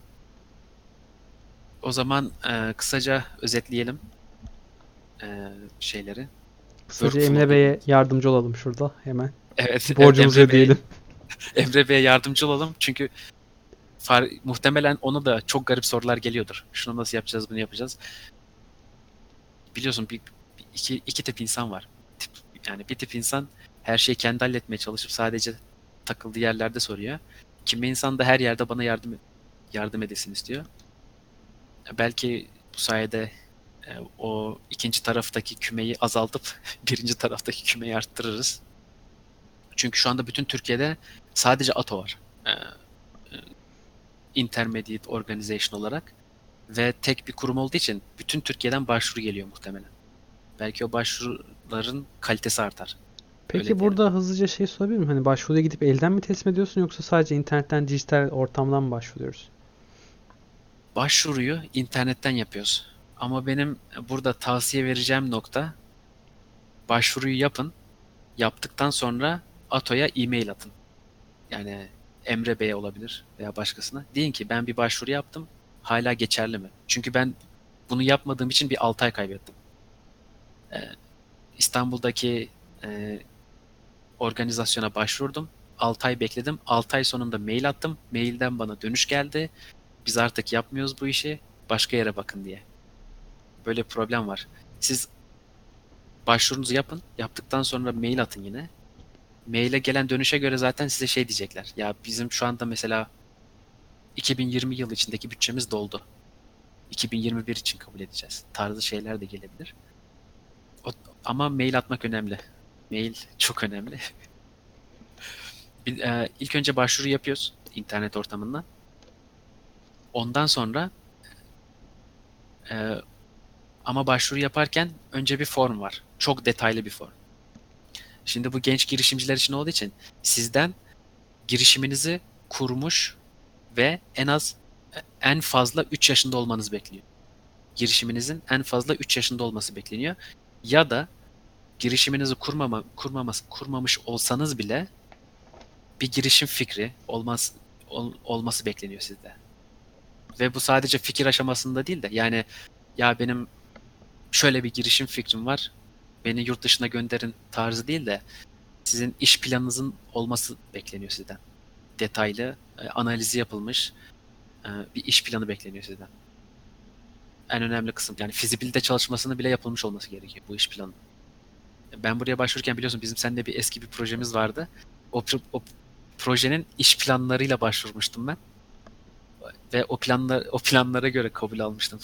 Speaker 1: O zaman e, kısaca özetleyelim e, şeyleri.
Speaker 2: Kısaca Emre
Speaker 1: Workflow
Speaker 2: Bey'e
Speaker 1: dediğimiz.
Speaker 2: yardımcı olalım şurada hemen.
Speaker 1: Evet, evet
Speaker 2: Borcumuzu
Speaker 1: Emre Bey
Speaker 2: ödeyelim.
Speaker 1: Emre Bey'e yardımcı olalım çünkü far, muhtemelen ona da çok garip sorular geliyordur. Şunu nasıl yapacağız, bunu yapacağız. Biliyorsun bir, bir- iki, iki tip insan var. Tip, yani bir tip insan her şeyi kendi halletmeye çalışıp sadece takıldığı yerlerde soruyor. Kimi insan da her yerde bana yardım yardım edesin istiyor. Belki bu sayede e, o ikinci taraftaki kümeyi azaltıp birinci taraftaki kümeyi arttırırız. Çünkü şu anda bütün Türkiye'de sadece ATO var. E, e, Intermediate Organization olarak. Ve tek bir kurum olduğu için bütün Türkiye'den başvuru geliyor muhtemelen. Belki o başvuruların kalitesi artar. Öyle
Speaker 2: Peki
Speaker 1: diyelim.
Speaker 2: burada hızlıca şey sorabilir miyim? Hani başvuruya gidip elden mi teslim ediyorsun yoksa sadece internetten, dijital ortamdan mı başvuruyoruz?
Speaker 1: Başvuruyu internetten yapıyoruz. Ama benim burada tavsiye vereceğim nokta başvuruyu yapın. Yaptıktan sonra ATO'ya e-mail atın. Yani Emre Bey'e olabilir veya başkasına. Deyin ki ben bir başvuru yaptım. Hala geçerli mi? Çünkü ben bunu yapmadığım için bir altı ay kaybettim. Ee, İstanbul'daki e, organizasyona başvurdum. altı ay bekledim. altı ay sonunda mail attım. Mailden bana dönüş geldi. Biz artık yapmıyoruz bu işi. Başka yere bakın diye. Böyle bir problem var. Siz başvurunuzu yapın. Yaptıktan sonra mail atın yine. Maile gelen dönüşe göre zaten size şey diyecekler. Ya bizim şu anda mesela iki bin yirmi yılı içindeki bütçemiz doldu. iki bin yirmi bir için kabul edeceğiz. Tarzı şeyler de gelebilir. O, ama mail atmak önemli. Mail çok önemli. Bir, e, ilk önce başvuru yapıyoruz internet ortamından. Ondan sonra e, ama başvuru yaparken önce bir form var. Çok detaylı bir form. Şimdi bu genç girişimciler için olduğu için sizden girişiminizi kurmuş ve en az en fazla üç yaşında olmanız bekleniyor. Girişiminizin en fazla üç yaşında olması bekleniyor. Ya da girişiminizi kurmama, kurmaması, kurmamış olsanız bile bir girişim fikri olmaz, ol- olması bekleniyor sizde. Ve bu sadece fikir aşamasında değil de yani ya benim şöyle bir girişim fikrim var, beni yurt dışına gönderin tarzı değil de sizin iş planınızın olması bekleniyor sizden. Detaylı, e, analizi yapılmış e, bir iş planı bekleniyor sizden. En önemli kısım yani fizibilite çalışmasını bile yapılmış olması gerekiyor bu iş planı. Ben buraya başvururken biliyorsun bizim seninle bir eski bir projemiz vardı. O, pro- o projenin iş planlarıyla başvurmuştum ben ve o planlar o planlara göre kabul almıştım.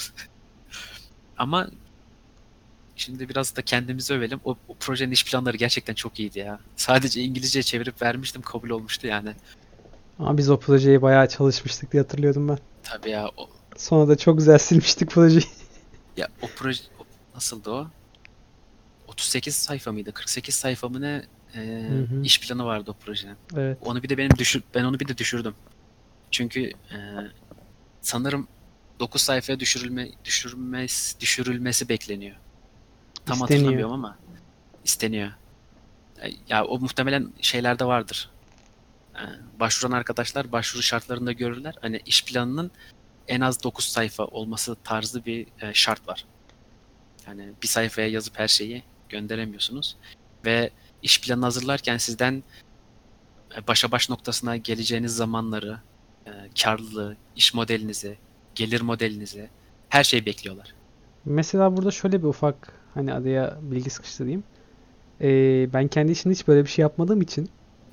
Speaker 1: Ama şimdi biraz da kendimizi övelim. O, o projenin iş planları gerçekten çok iyiydi ya. Sadece İngilizce çevirip vermiştim, kabul olmuştu yani.
Speaker 2: Ama biz o projeye bayağı çalışmıştık diye hatırlıyordum ben.
Speaker 1: Tabii ya o,
Speaker 2: Sonra da çok güzel silmiştik projeyi.
Speaker 1: ya o proje o- nasıldı o? otuz sekiz sayfa mıydı? kırk sekiz sayfa mı ne e,
Speaker 2: Hı hı.
Speaker 1: iş planı vardı o projenin.
Speaker 2: Evet.
Speaker 1: Onu bir de benim düşür ben onu bir de düşürdüm. Çünkü e, sanırım dokuz sayfaya düşürülme düşürülmesi düşürülmesi bekleniyor. Tam
Speaker 2: İsteniyor.
Speaker 1: hatırlamıyorum ama isteniyor. E, Ya o muhtemelen şeylerde vardır. E, Başvuran arkadaşlar başvuru şartlarında görürler. Hani iş planının en az dokuz sayfa olması tarzı bir e, şart var. Yani bir sayfaya yazıp her şeyi gönderemiyorsunuz. Ve iş planı hazırlarken sizden e, başa baş noktasına geleceğiniz zamanları, e, karlılığı, iş modelinizi, gelir modelinizi, her şeyi bekliyorlar.
Speaker 2: Mesela burada şöyle bir ufak hani araya bilgi sıkıştırayım. Ee, ben kendi işimde hiç böyle bir şey yapmadığım için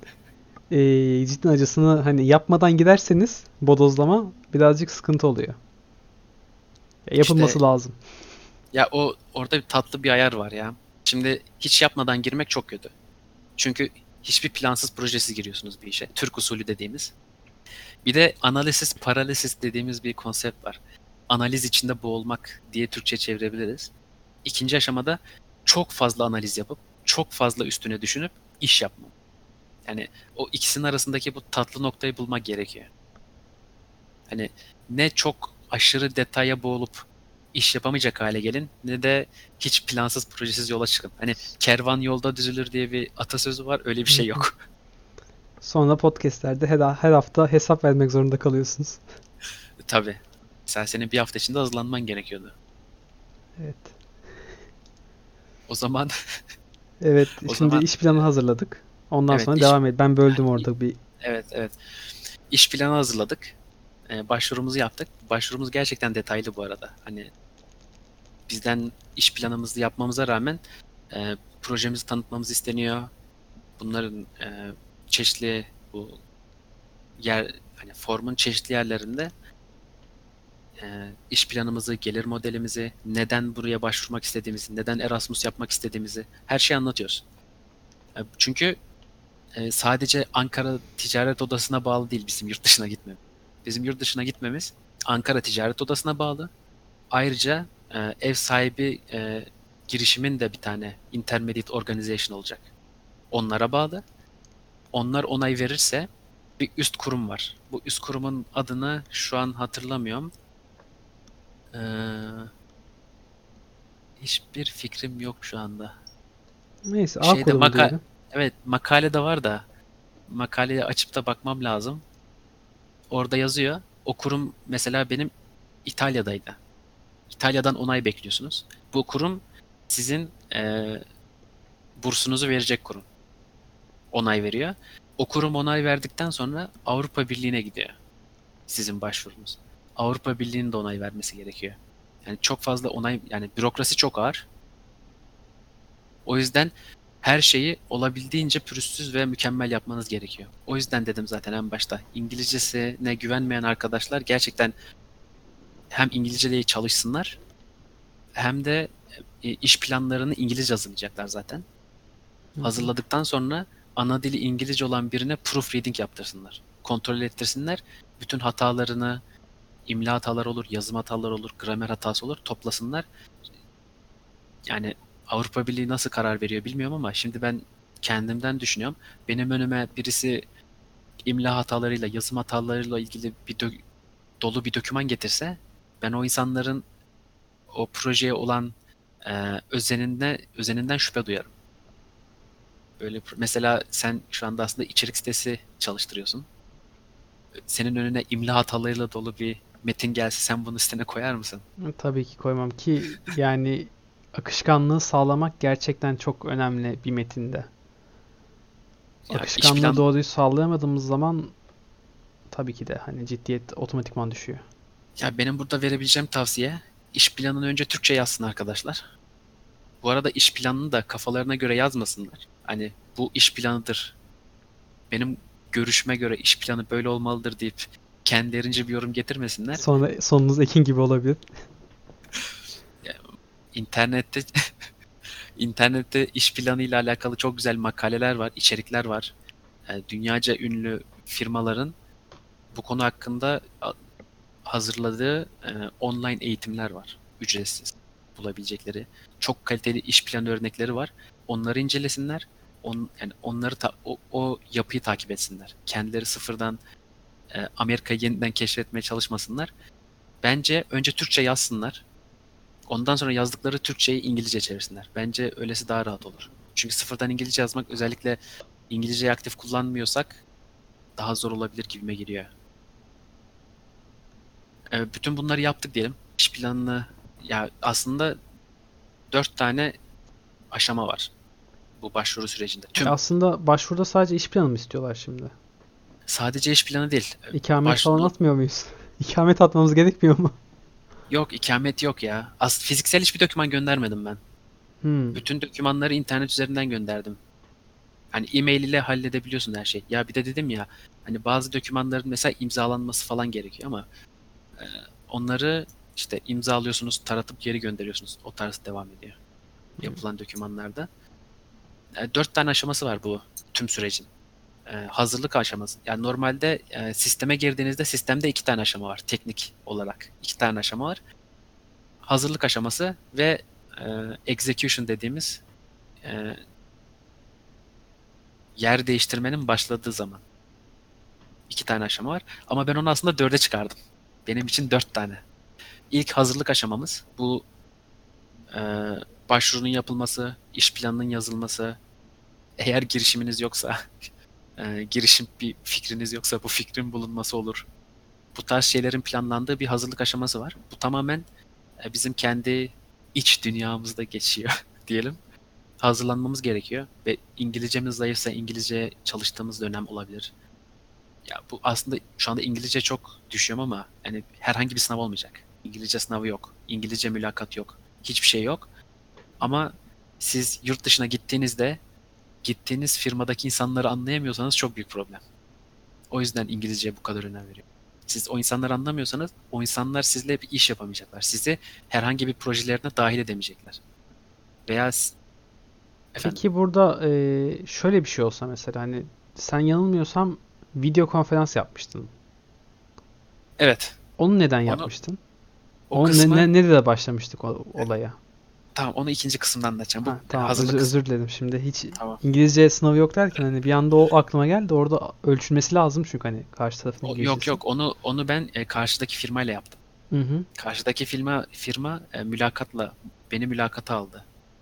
Speaker 2: ee, cidden acısını hani yapmadan giderseniz bodozlama birazcık sıkıntı oluyor. Ya
Speaker 1: İşte
Speaker 2: yapılması lazım.
Speaker 1: ya o orada bir tatlı bir ayar var ya. Şimdi hiç yapmadan girmek çok kötü. Çünkü hiçbir plansız projesiz giriyorsunuz bir işe. Türk usulü dediğimiz. Bir de analisis paralisis dediğimiz bir konsept var. Analiz içinde boğulmak diye Türkçe çevirebiliriz. İkinci aşamada çok fazla analiz yapıp çok fazla üstüne düşünüp iş yapma. Yani o ikisinin arasındaki bu tatlı noktayı bulmak gerekiyor. Hani ne çok aşırı detaya boğulup iş yapamayacak hale gelin ne de hiç plansız projesiz yola çıkın. Hani kervan yolda düzülür diye bir atasözü var. Öyle bir
Speaker 2: Hı
Speaker 1: şey
Speaker 2: hı.
Speaker 1: yok.
Speaker 2: Sonra podcastlerde her, her hafta hesap vermek zorunda kalıyorsunuz.
Speaker 1: Tabii. Mesela senin bir hafta içinde hazırlanman gerekiyordu.
Speaker 2: Evet.
Speaker 1: O zaman
Speaker 2: Evet,
Speaker 1: o
Speaker 2: şimdi
Speaker 1: zaman
Speaker 2: iş planı hazırladık. Ondan
Speaker 1: evet
Speaker 2: sonra
Speaker 1: iş
Speaker 2: devam et. Ben böldüm orada bir.
Speaker 1: evet evet iş planı hazırladık. Ee, başvurumuzu yaptık. Başvurumuz gerçekten detaylı bu arada. Hani bizden iş planımızı yapmamıza rağmen e, projemizi tanıtmamız isteniyor. Bunların e, çeşitli bu yer hani formun çeşitli yerlerinde e, iş planımızı, gelir modelimizi, neden buraya başvurmak istediğimizi, neden Erasmus yapmak istediğimizi her şeyi anlatıyoruz. E, çünkü e, sadece Ankara Ticaret Odası'na bağlı değil bizim yurt dışına gitmemiz. Bizim yurt dışına gitmemiz Ankara Ticaret Odası'na bağlı. Ayrıca e, ev sahibi e, girişimin de bir tane intermediate organization olacak. Onlara bağlı. Onlar onay verirse bir üst kurum var. Bu üst kurumun adını şu an hatırlamıyorum. Ee, Hiçbir fikrim yok şu anda.
Speaker 2: Neyse A
Speaker 1: Şeyde
Speaker 2: kurumu
Speaker 1: maka
Speaker 2: diyelim.
Speaker 1: evet, makale de var da makaleyi açıp da bakmam lazım. Orada yazıyor. O kurum mesela benim İtalya'daydı. İtalya'dan onay bekliyorsunuz. Bu kurum sizin eee, bursunuzu verecek kurum. Onay veriyor. O kurum onay verdikten sonra Avrupa Birliği'ne gidiyor sizin başvurunuz. Avrupa Birliği'nin de onay vermesi gerekiyor. Yani çok fazla onay, yani bürokrasi çok ağır. O yüzden her şeyi olabildiğince pürüzsüz ve mükemmel yapmanız gerekiyor. O yüzden dedim zaten en başta, İngilizcesine güvenmeyen arkadaşlar gerçekten hem İngilizceyi çalışsınlar hem de e, iş planlarını İngilizce hazırlayacaklar zaten.
Speaker 2: Hı hı.
Speaker 1: Hazırladıktan sonra ana dili İngilizce olan birine proofreading yaptırsınlar. Kontrol ettirsinler. Bütün hatalarını, imla hataları olur, yazım hataları olur, gramer hatası olur, toplasınlar. Yani Avrupa Birliği nasıl karar veriyor bilmiyorum ama şimdi ben kendimden düşünüyorum. Benim önüme birisi imla hatalarıyla, yazım hatalarıyla ilgili bir dö- dolu bir doküman getirse, ben o insanların o projeye olan e, özeninde, özeninden şüphe duyarım. Böyle pro- mesela sen şu anda aslında içerik sitesi çalıştırıyorsun. Senin önüne imla hatalarıyla dolu bir metin gelse sen bunu sitene koyar mısın?
Speaker 2: Tabii ki koymam ki yani akışkanlığı sağlamak gerçekten çok önemli bir metinde.
Speaker 1: Ya iş
Speaker 2: Akışkanlığı
Speaker 1: plan
Speaker 2: doğruyu sağlayamadığımız zaman tabii ki de hani ciddiyet otomatikman düşüyor.
Speaker 1: ya benim burada verebileceğim tavsiye, iş planını önce Türkçe yazsın arkadaşlar. Bu arada iş planını da kafalarına göre yazmasınlar. Hani bu iş planıdır, benim görüşüme göre iş planı böyle olmalıdır deyip kendilerince bir yorum getirmesinler.
Speaker 2: Sonra sonunuz Ekin gibi olabilir.
Speaker 1: Ya, internette internette iş planı ile alakalı çok güzel makaleler var, içerikler var. E, dünyaca ünlü firmaların bu konu hakkında a- hazırladığı e, online eğitimler var. Ücretsiz bulabilecekleri. Çok kaliteli iş planı örnekleri var. Onları incelesinler. On, yani onları ta- o, o yapıyı takip etsinler. Kendileri sıfırdan e, Amerika'yı yeniden keşfetmeye çalışmasınlar. Bence önce Türkçe yazsınlar. Ondan sonra yazdıkları Türkçeyi İngilizce çevirsinler. Bence öylesi daha rahat olur. Çünkü sıfırdan İngilizce yazmak, özellikle İngilizceyi aktif kullanmıyorsak, daha zor olabilir gibime geliyor. E, bütün bunları yaptık diyelim. İş planını, ya aslında dört tane aşama var bu başvuru sürecinde.
Speaker 2: E
Speaker 1: Tüm
Speaker 2: aslında başvuruda sadece iş planı mı istiyorlar şimdi?
Speaker 1: sadece iş planı değil. E,
Speaker 2: İkamet
Speaker 1: Baş,
Speaker 2: falan
Speaker 1: no-
Speaker 2: atmıyor muyuz? İkamet atmamız gerekmiyor mu?
Speaker 1: yok, ikamet yok ya. As fiziksel hiçbir doküman göndermedim ben.
Speaker 2: Hmm.
Speaker 1: Bütün dokümanları internet üzerinden gönderdim. Hani e-mail ile halledebiliyorsun her şeyi. Ya bir de dedim ya, hani bazı dokümanların mesela imzalanması falan gerekiyor ama e, onları işte imzalıyorsunuz, taratıp geri gönderiyorsunuz. O tarz devam ediyor yapılan dokümanlarda. E, dört tane aşaması var bu tüm sürecin. E, hazırlık aşaması. Yani normalde e, sisteme girdiğinizde sistemde iki tane aşama var teknik olarak. İki tane aşama var. Hazırlık aşaması ve e, execution dediğimiz e, yer değiştirmenin başladığı zaman. İki tane aşama var. Ama ben onu aslında dörde çıkardım. Benim için dört tane. İlk hazırlık aşamamız bu, e, başvurunun yapılması, iş planının yazılması. Eğer girişiminiz yoksa, e, girişim bir fikriniz yoksa bu fikrin bulunması olur. Bu tarz şeylerin planlandığı bir hazırlık aşaması var. Bu tamamen e, bizim kendi iç dünyamızda geçiyor diyelim. Hazırlanmamız gerekiyor ve İngilizcemiz zayıfsa İngilizce çalıştığımız dönem olabilir. Ya bu aslında şu anda İngilizce çok düşüyorum ama yani herhangi bir sınav olmayacak. İngilizce sınavı yok. İngilizce mülakat yok. Hiçbir şey yok. Ama siz yurt dışına gittiğinizde gittiğiniz firmadaki insanları anlayamıyorsanız çok büyük problem. O yüzden İngilizceye bu kadar önem veriyorum. Siz o insanları anlamıyorsanız o insanlar sizle bir iş yapamayacaklar. Sizi herhangi bir projelerine dahil edemeyecekler. Veya s- efendim,
Speaker 2: Peki burada e, şöyle bir şey olsa mesela hani sen yanılmıyorsam video konferans yapmıştın.
Speaker 1: evet,
Speaker 2: Onu neden
Speaker 1: onu
Speaker 2: yapmıştın?
Speaker 1: o
Speaker 2: Onu ne,
Speaker 1: kısmı,
Speaker 2: ne, nerede başlamıştık o, olaya?
Speaker 1: tamam, onu ikinci kısımda anlatacağım. Bu
Speaker 2: Ha,
Speaker 1: e,
Speaker 2: tamam
Speaker 1: hazırlık
Speaker 2: özür,
Speaker 1: kısmı.
Speaker 2: özür dilerim şimdi hiç
Speaker 1: Tamam.
Speaker 2: İngilizce sınavı yok derken hani bir anda o aklıma geldi orada ölçülmesi lazım çünkü hani karşı tarafın
Speaker 1: O- yok
Speaker 2: İngilizcesi.
Speaker 1: yok, onu onu ben e, karşıdaki firmayla yaptım.
Speaker 2: Hı hı.
Speaker 1: Karşıdaki firma firma e, mülakatla beni mülakata aldı.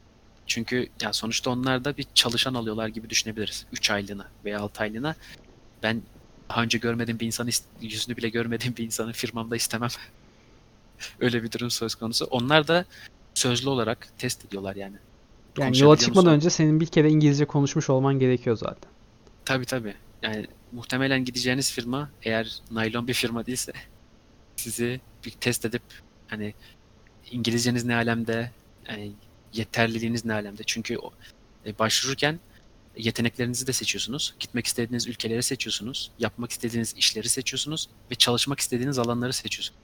Speaker 1: Çünkü ya sonuçta onlar da bir çalışan alıyorlar gibi düşünebiliriz. üç aylığına veya altı aylığına. Ben daha önce görmediğim bir insanı, is- yüzünü bile görmediğim bir insanı firmamda istemem. Öyle bir durum söz konusu. Onlar da sözlü olarak test ediyorlar yani.
Speaker 2: Yani yola
Speaker 1: Konuşabiliyor
Speaker 2: çıkmadan
Speaker 1: musun?
Speaker 2: önce senin bir kere İngilizce konuşmuş olman gerekiyor zaten.
Speaker 1: Tabii tabii. Yani muhtemelen gideceğiniz firma eğer naylon bir firma değilse sizi bir test edip hani İngilizceniz ne alemde, yani yeterliliğiniz ne alemde. Çünkü o- e, başvururken yeteneklerinizi de seçiyorsunuz. Gitmek istediğiniz ülkeleri seçiyorsunuz. Yapmak istediğiniz işleri seçiyorsunuz ve çalışmak istediğiniz alanları seçiyorsunuz.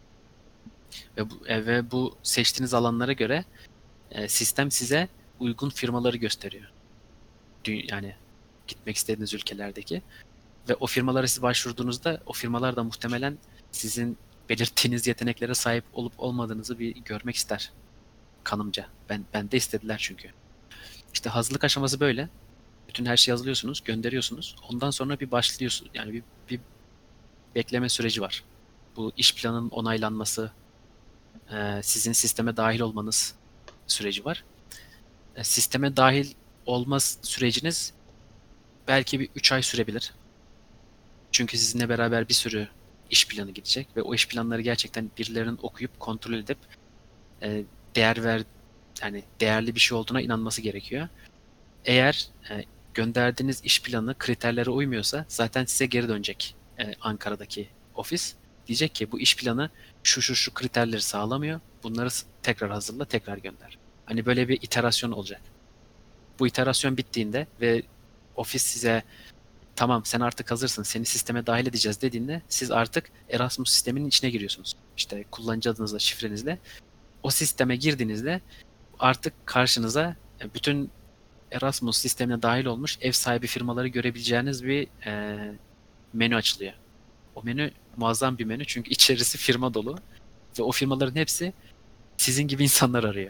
Speaker 1: Ve bu, e, ve bu seçtiğiniz alanlara göre e, sistem size uygun firmaları gösteriyor. Dü- Yani gitmek istediğiniz ülkelerdeki. Ve o firmalara siz başvurduğunuzda o firmalar da muhtemelen sizin belirttiğiniz yeteneklere sahip olup olmadığınızı bir görmek ister kanımca. Ben ben de istediler çünkü. İşte hazırlık aşaması böyle. Bütün her şeyi hazırlıyorsunuz, gönderiyorsunuz. Ondan sonra bir başlıyorsunuz. Yani bir, bir bekleme süreci var. Bu iş planının onaylanması, e, sizin sisteme dahil olmanız süreci var. E, sisteme dahil olma süreciniz belki bir üç ay sürebilir. Çünkü sizinle beraber bir sürü iş planı gidecek ve o iş planları gerçekten birilerinin okuyup kontrol edip e, değer ver yani değerli bir şey olduğuna inanması gerekiyor. Eğer e, gönderdiğiniz iş planı kriterlere uymuyorsa zaten size geri dönecek e, Ankara'daki ofis. Diyecek ki bu iş planı şu şu şu kriterleri sağlamıyor. Bunları s- tekrar hazırla, tekrar gönder. Hani böyle bir iterasyon olacak. Bu iterasyon bittiğinde ve ofis size tamam sen artık hazırsın, seni sisteme dahil edeceğiz dediğinde siz artık Erasmus sisteminin içine giriyorsunuz. İşte kullanıcı adınızla, şifrenizle. O sisteme girdiğinizde artık karşınıza e, bütün Erasmus sistemine dahil olmuş ev sahibi firmaları görebileceğiniz bir e, menü açılıyor. O menü muazzam bir menü çünkü içerisi firma dolu ve o firmaların hepsi sizin gibi insanlar arıyor.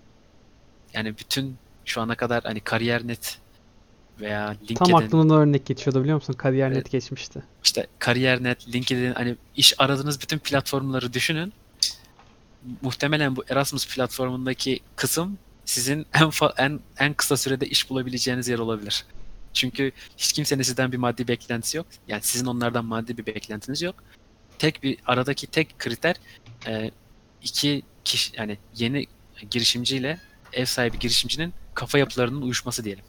Speaker 1: Yani bütün şu ana kadar hani Kariyer.net veya
Speaker 2: Tam
Speaker 1: LinkedIn,
Speaker 2: aklımdan örnek geçiyordu biliyor musun? Kariyer
Speaker 1: e,
Speaker 2: net geçmişti.
Speaker 1: işte Kariyer.net, LinkedIn hani iş aradığınız bütün platformları düşünün. Muhtemelen bu Erasmus platformundaki kısım sizin en fa- en en kısa sürede iş bulabileceğiniz yer olabilir. Çünkü hiç kimsenin sizden bir maddi beklentisi yok. Yani sizin onlardan maddi bir beklentiniz yok. Tek bir aradaki tek kriter e, iki kişi yani yeni girişimciyle ev sahibi girişimcinin kafa yapılarının uyuşması diyelim.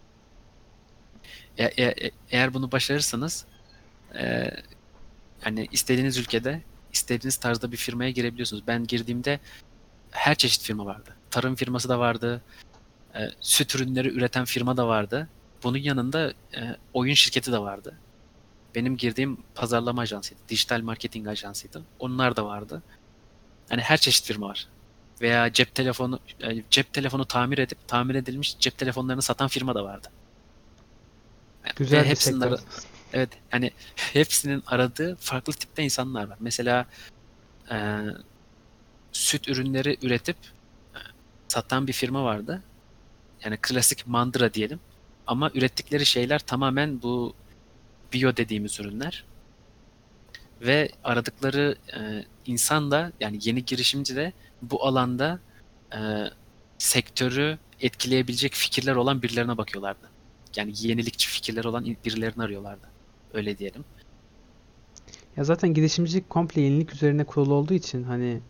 Speaker 1: E- e- e- eğer bunu başarırsanız e, hani istediğiniz ülkede istediğiniz tarzda bir firmaya girebiliyorsunuz. Ben girdiğimde her çeşit firma vardı. Tarım firması da vardı. E, süt ürünleri üreten firma da vardı. Bunun yanında e, oyun şirketi de vardı. Benim girdiğim pazarlama ajansıydı. Dijital marketing ajansıydı. Onlar da vardı. Hani her çeşit firma var. Veya cep telefonu e, cep telefonu tamir edip tamir edilmiş cep telefonlarını satan firma da vardı. Ve
Speaker 2: Güzel bir
Speaker 1: hepsinin
Speaker 2: sektör.
Speaker 1: ara- evet hani hepsinin aradığı farklı tipte insanlar var. Mesela e, süt ürünleri üretip e, satan bir firma vardı. Yani klasik mandıra diyelim. Ama ürettikleri şeyler tamamen bu bio dediğimiz ürünler. Ve aradıkları e, insan da yani yeni girişimci de bu alanda e, sektörü etkileyebilecek fikirler olan birilerine bakıyorlardı. Yani yenilikçi fikirler olan birilerini arıyorlardı. Öyle diyelim.
Speaker 2: Ya zaten girişimcilik komple yenilik üzerine kurulu olduğu için hani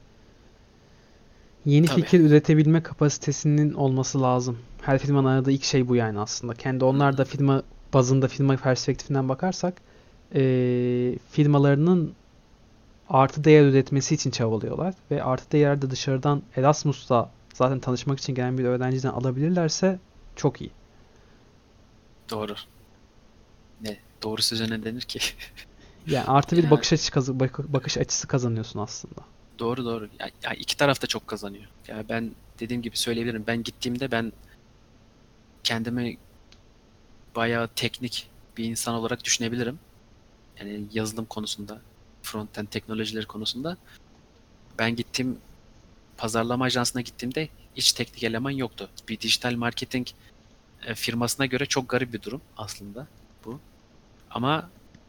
Speaker 2: yeni
Speaker 1: Tabii.
Speaker 2: fikir üretebilme kapasitesinin olması lazım. Her firmanın aradığı ilk şey bu yani aslında. Kendi
Speaker 1: Hı
Speaker 2: onlar
Speaker 1: hı.
Speaker 2: da firma bazında firma perspektifinden bakarsak eee, firmalarının artı değer üretmesi için çabalıyorlar ve artı değer de dışarıdan Erasmus'ta zaten tanışmak için gelen bir öğrenciden alabilirlerse çok iyi.
Speaker 1: Doğru. Ne? Doğru söze ne denir ki?
Speaker 2: Yani artı bir
Speaker 1: Ya
Speaker 2: bakış açısı kaz- bak- bakış açısı kazanıyorsun aslında.
Speaker 1: doğru doğru. Ya, ya iki taraf da çok kazanıyor. Ya ben dediğim gibi söyleyebilirim. Ben gittiğimde ben kendimi bayağı teknik bir insan olarak düşünebilirim. Yani yazılım konusunda, front-end teknolojileri konusunda. Ben gittim pazarlama ajansına gittiğimde hiç teknik eleman yoktu. Bir dijital marketing e, firmasına göre çok garip bir durum aslında bu. Ama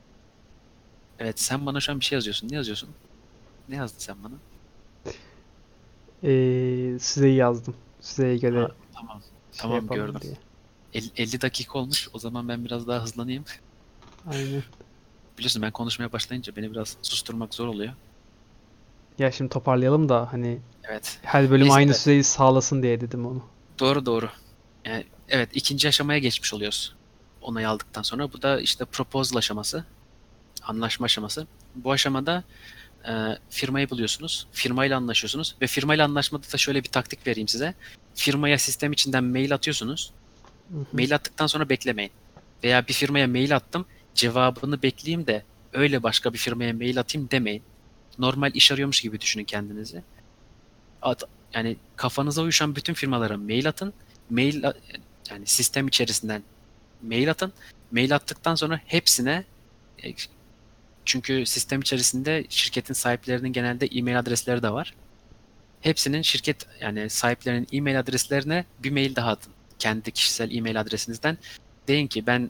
Speaker 1: evet sen bana şu an bir şey yazıyorsun. Ne yazıyorsun? Ne yazdın sen bana?
Speaker 2: Ee, size yazdım. Size
Speaker 1: Ha,
Speaker 2: göre
Speaker 1: Tamam.
Speaker 2: Şey
Speaker 1: Tamam,
Speaker 2: yapalım
Speaker 1: gördüm.
Speaker 2: diye.
Speaker 1: El- elli dakika olmuş. O zaman ben biraz daha hızlanayım.
Speaker 2: Aynen.
Speaker 1: Biliyorsun ben konuşmaya başlayınca beni biraz susturmak zor oluyor.
Speaker 2: Ya şimdi toparlayalım da hani
Speaker 1: Evet.
Speaker 2: her bölüm
Speaker 1: Neyse,
Speaker 2: aynı
Speaker 1: evet.
Speaker 2: süreyi sağlasın diye dedim onu.
Speaker 1: Doğru doğru. Yani, evet, ikinci aşamaya geçmiş oluyoruz. Onayı aldıktan sonra. Bu da işte proposal aşaması. Anlaşma aşaması. Bu aşamada e, firmayı buluyorsunuz. Firmayla anlaşıyorsunuz. Ve firmayla anlaşmada da şöyle bir taktik vereyim size. Firmaya sistem içinden mail atıyorsunuz.
Speaker 2: Hı hı.
Speaker 1: Mail attıktan sonra beklemeyin. Veya bir firmaya mail attım, cevabını bekleyeyim de öyle başka bir firmaya mail atayım demeyin. Normal iş arıyormuş gibi düşünün kendinizi. At, yani kafanıza uyuşan bütün firmalara mail atın. Mail yani sistem içerisinden mail atın. Mail attıktan sonra hepsine, e, çünkü sistem içerisinde şirketin sahiplerinin genelde e-mail adresleri de var. Hepsinin şirket yani sahiplerinin e-mail adreslerine bir mail daha atın. Kendi kişisel e-mail adresinizden. Deyin ki ben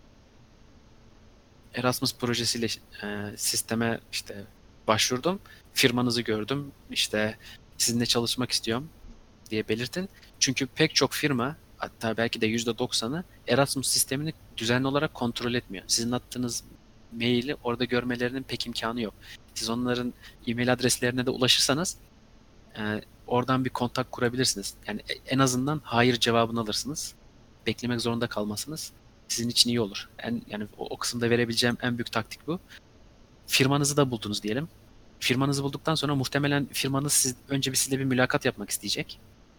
Speaker 1: Erasmus projesiyle e, sisteme işte başvurdum. Firmanızı gördüm. İşte sizinle çalışmak istiyorum diye belirtin. Çünkü pek çok firma, hatta belki de yüzde doksanı Erasmus sistemini düzenli olarak kontrol etmiyor. Sizin attığınız maili orada görmelerinin pek imkanı yok. Siz onların e-mail adreslerine de ulaşırsanız e, oradan bir kontak kurabilirsiniz. Yani en azından hayır cevabını alırsınız. Beklemek zorunda kalmasınız. Sizin için iyi olur. En, yani o, o kısımda verebileceğim en büyük taktik bu. Firmanızı da buldunuz diyelim. Firmanızı bulduktan sonra muhtemelen firmanız siz, önce bir sizle bir mülakat yapmak isteyecek.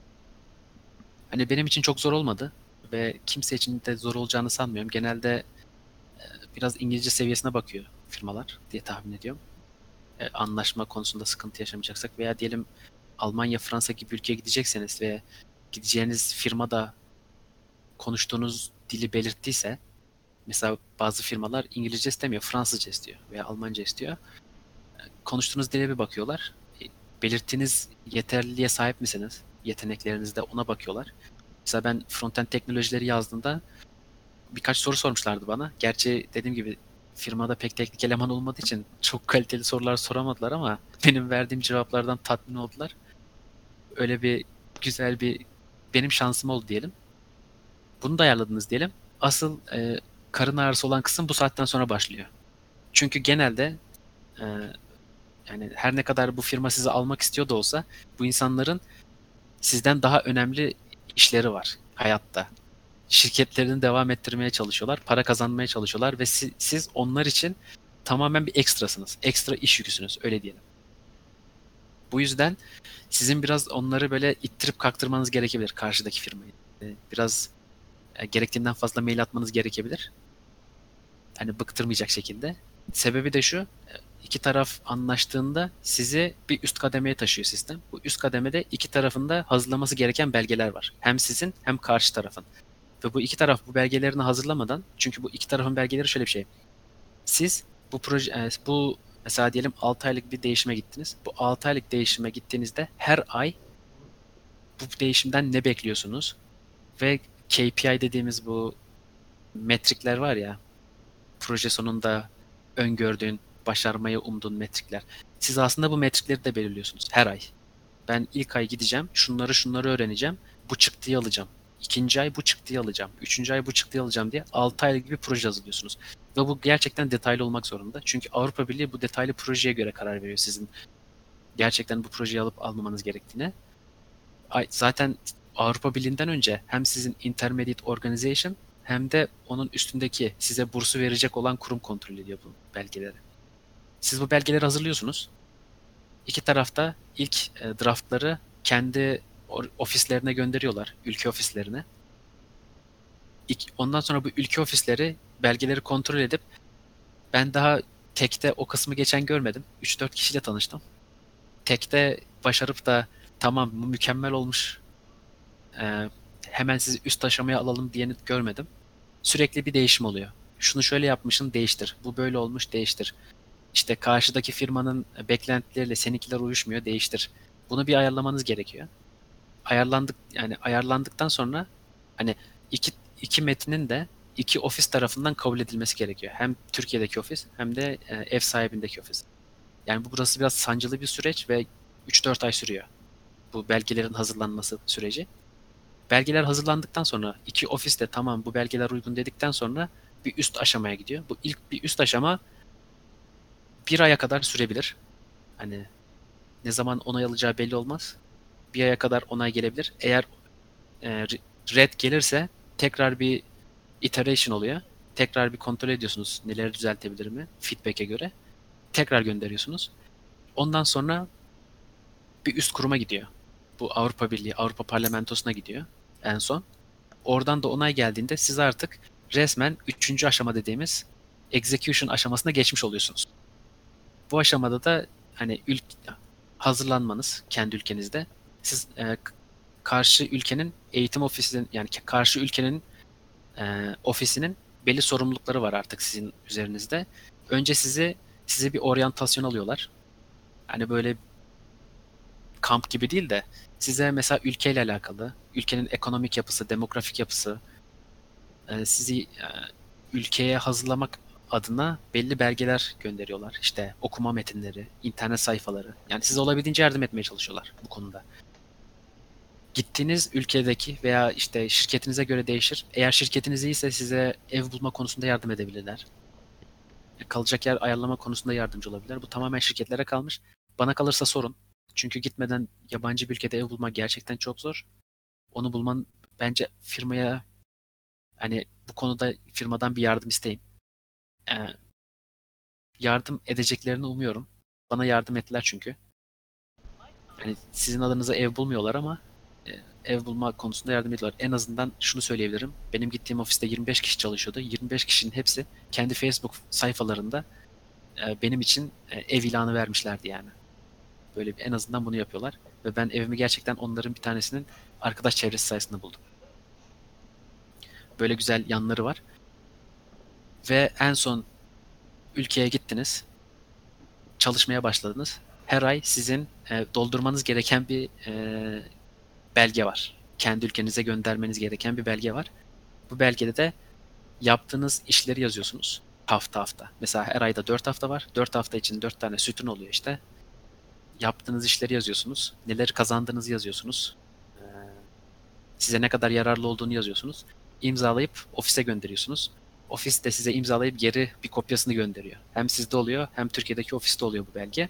Speaker 1: Hani benim için çok zor olmadı ve kimse için de zor olacağını sanmıyorum. Genelde e, biraz İngilizce seviyesine bakıyor firmalar diye tahmin ediyorum. E, anlaşma konusunda sıkıntı yaşamayacaksak veya diyelim Almanya, Fransa gibi ülkeye gidecekseniz ve gideceğiniz firma da konuştuğunuz dili belirttiyse, mesela bazı firmalar İngilizce istemiyor, Fransızca istiyor veya Almanca istiyor. Konuştuğunuz dile bir bakıyorlar. E, Belirttiğiniz yeterliliğe sahip misiniz? Yeteneklerinizde ona bakıyorlar. Mesela ben frontend teknolojileri yazdığımda birkaç soru sormuşlardı bana. Gerçi dediğim gibi firmada pek teknik eleman olmadığı için çok kaliteli sorular soramadılar ama benim verdiğim cevaplardan tatmin oldular. Öyle bir güzel bir benim şansım oldu diyelim. Bunu da ayarladınız diyelim. Asıl e, karın ağrısı olan kısım bu saatten sonra başlıyor. Çünkü genelde e, yani her ne kadar bu firma sizi almak istiyor da olsa bu insanların sizden daha önemli işleri var hayatta. Şirketlerini devam ettirmeye çalışıyorlar, para kazanmaya çalışıyorlar ve siz, siz onlar için tamamen bir ekstrasınız. Ekstra iş yüküsünüz, öyle diyelim. Bu yüzden sizin biraz onları böyle ittirip kaktırmanız gerekebilir karşıdaki firmayı. E, Biraz e, gerektiğinden fazla mail atmanız gerekebilir. Hani bıktırmayacak şekilde. Sebebi de şu, e, iki taraf anlaştığında sizi bir üst kademeye taşıyor sistem. Bu üst kademede iki tarafında hazırlaması gereken belgeler var. Hem sizin hem karşı tarafın. Ve bu iki taraf bu belgelerini hazırlamadan, çünkü bu iki tarafın belgeleri şöyle bir şey. Siz bu proje, e, bu mesela diyelim altı aylık bir değişime gittiniz. Bu altı aylık değişime gittiğinizde her ay bu değişimden ne bekliyorsunuz? Ve K P I dediğimiz bu metrikler var ya, proje sonunda öngördüğün, başarmayı umduğun metrikler. Siz aslında bu metrikleri de belirliyorsunuz her ay. Ben ilk ay gideceğim, şunları şunları öğreneceğim, bu çıktıyı alacağım. İkinci ay bu çıktıyı alacağım, üçüncü ay bu çıktıyı alacağım diye altı aylık bir proje hazırlıyorsunuz. Ve bu gerçekten detaylı olmak zorunda. Çünkü Avrupa Birliği bu detaylı projeye göre karar veriyor sizin gerçekten bu projeyi alıp almamanız gerektiğine. Zaten Avrupa Birliği'nden önce hem sizin Intermediate Organization hem de onun üstündeki size bursu verecek olan kurum kontrol ediyor bu belgeleri. Siz bu belgeleri hazırlıyorsunuz. İki tarafta ilk e, draftları kendi ofislerine gönderiyorlar, ülke ofislerine. İlk, ondan sonra bu ülke ofisleri belgeleri kontrol edip, ben daha tekte o kısmı geçen görmedim. üç dört kişiyle tanıştım. Tekte başarıp da tamam bu mükemmel olmuş, e, hemen sizi üst aşamaya alalım diyeni görmedim. Sürekli bir değişim oluyor. Şunu şöyle yapmışsın, değiştir. Bu böyle olmuş, değiştir. İşte karşıdaki firmanın beklentileriyle seninkiler uyuşmuyor, değiştir. Bunu bir ayarlamanız gerekiyor. Ayarlandık yani ayarlandıktan sonra hani iki iki metnin de iki ofis tarafından kabul edilmesi gerekiyor. Hem Türkiye'deki ofis hem de e, ev sahibindeki ofis. Yani bu burası biraz sancılı bir süreç ve üç dört ay sürüyor bu belgelerin hazırlanması süreci. Belgeler hazırlandıktan sonra iki ofis de tamam bu belgeler uygun dedikten sonra bir üst aşamaya gidiyor. Bu ilk bir üst aşama bir aya kadar sürebilir. Hani ne zaman onay alacağı belli olmaz. Bir aya kadar onay gelebilir. Eğer e, red gelirse tekrar bir iteration oluyor. Tekrar bir kontrol ediyorsunuz neleri düzeltebilir mi feedback'e göre. Tekrar gönderiyorsunuz. Ondan sonra bir üst kuruma gidiyor. Bu Avrupa Birliği, Avrupa Parlamentosu'na gidiyor en son. Oradan da onay geldiğinde siz artık resmen üçüncü aşama dediğimiz execution aşamasına geçmiş oluyorsunuz. Bu aşamada da hani ülk hazırlanmanız kendi ülkenizde. Siz e, karşı ülkenin eğitim ofisinin yani karşı ülkenin e, ofisinin belli sorumlulukları var artık sizin üzerinizde. Önce sizi size bir oryantasyon alıyorlar. Hani böyle kamp gibi değil de size mesela ülkeyle alakalı, ülkenin ekonomik yapısı, demografik yapısı, e, sizi e, ülkeye hazırlamak adına belli belgeler gönderiyorlar. İşte okuma metinleri, internet sayfaları. Yani size olabildiğince yardım etmeye çalışıyorlar bu konuda. Gittiğiniz ülkedeki veya işte şirketinize göre değişir. Eğer şirketiniz iyiyse size ev bulma konusunda yardım edebilirler. Kalacak yer ayarlama konusunda yardımcı olabilirler. Bu tamamen şirketlere kalmış. Bana kalırsa sorun. Çünkü gitmeden yabancı bir ülkede ev bulmak gerçekten çok zor. Onu bulman bence firmaya hani bu konuda firmadan bir yardım isteyin. Ee, yardım edeceklerini umuyorum. Bana yardım ettiler çünkü. Hani sizin adınıza ev bulmuyorlar ama e, ev bulma konusunda yardım ediyorlar. En azından şunu söyleyebilirim. Benim gittiğim ofiste yirmi beş kişi çalışıyordu. yirmi beş kişinin hepsi kendi Facebook sayfalarında e, benim için e, ev ilanı vermişlerdi yani. Böyle bir, en azından bunu yapıyorlar. Ve ben evimi gerçekten onların bir tanesinin arkadaş çevresi sayesinde buldum. Böyle güzel yanları var. Ve en son ülkeye gittiniz. Çalışmaya başladınız. Her ay sizin e, doldurmanız gereken bir e, belge var. Kendi ülkenize göndermeniz gereken bir belge var. Bu belgede de yaptığınız işleri yazıyorsunuz. Hafta hafta. Mesela her ayda dört hafta var. Dört hafta için dört tane sütun oluyor işte. Yaptığınız işleri yazıyorsunuz. Neleri kazandığınızı yazıyorsunuz. Ee, size ne kadar yararlı olduğunu yazıyorsunuz. İmzalayıp ofise gönderiyorsunuz. Ofis de size imzalayıp geri bir kopyasını gönderiyor. Hem sizde oluyor hem Türkiye'deki ofiste oluyor bu belge.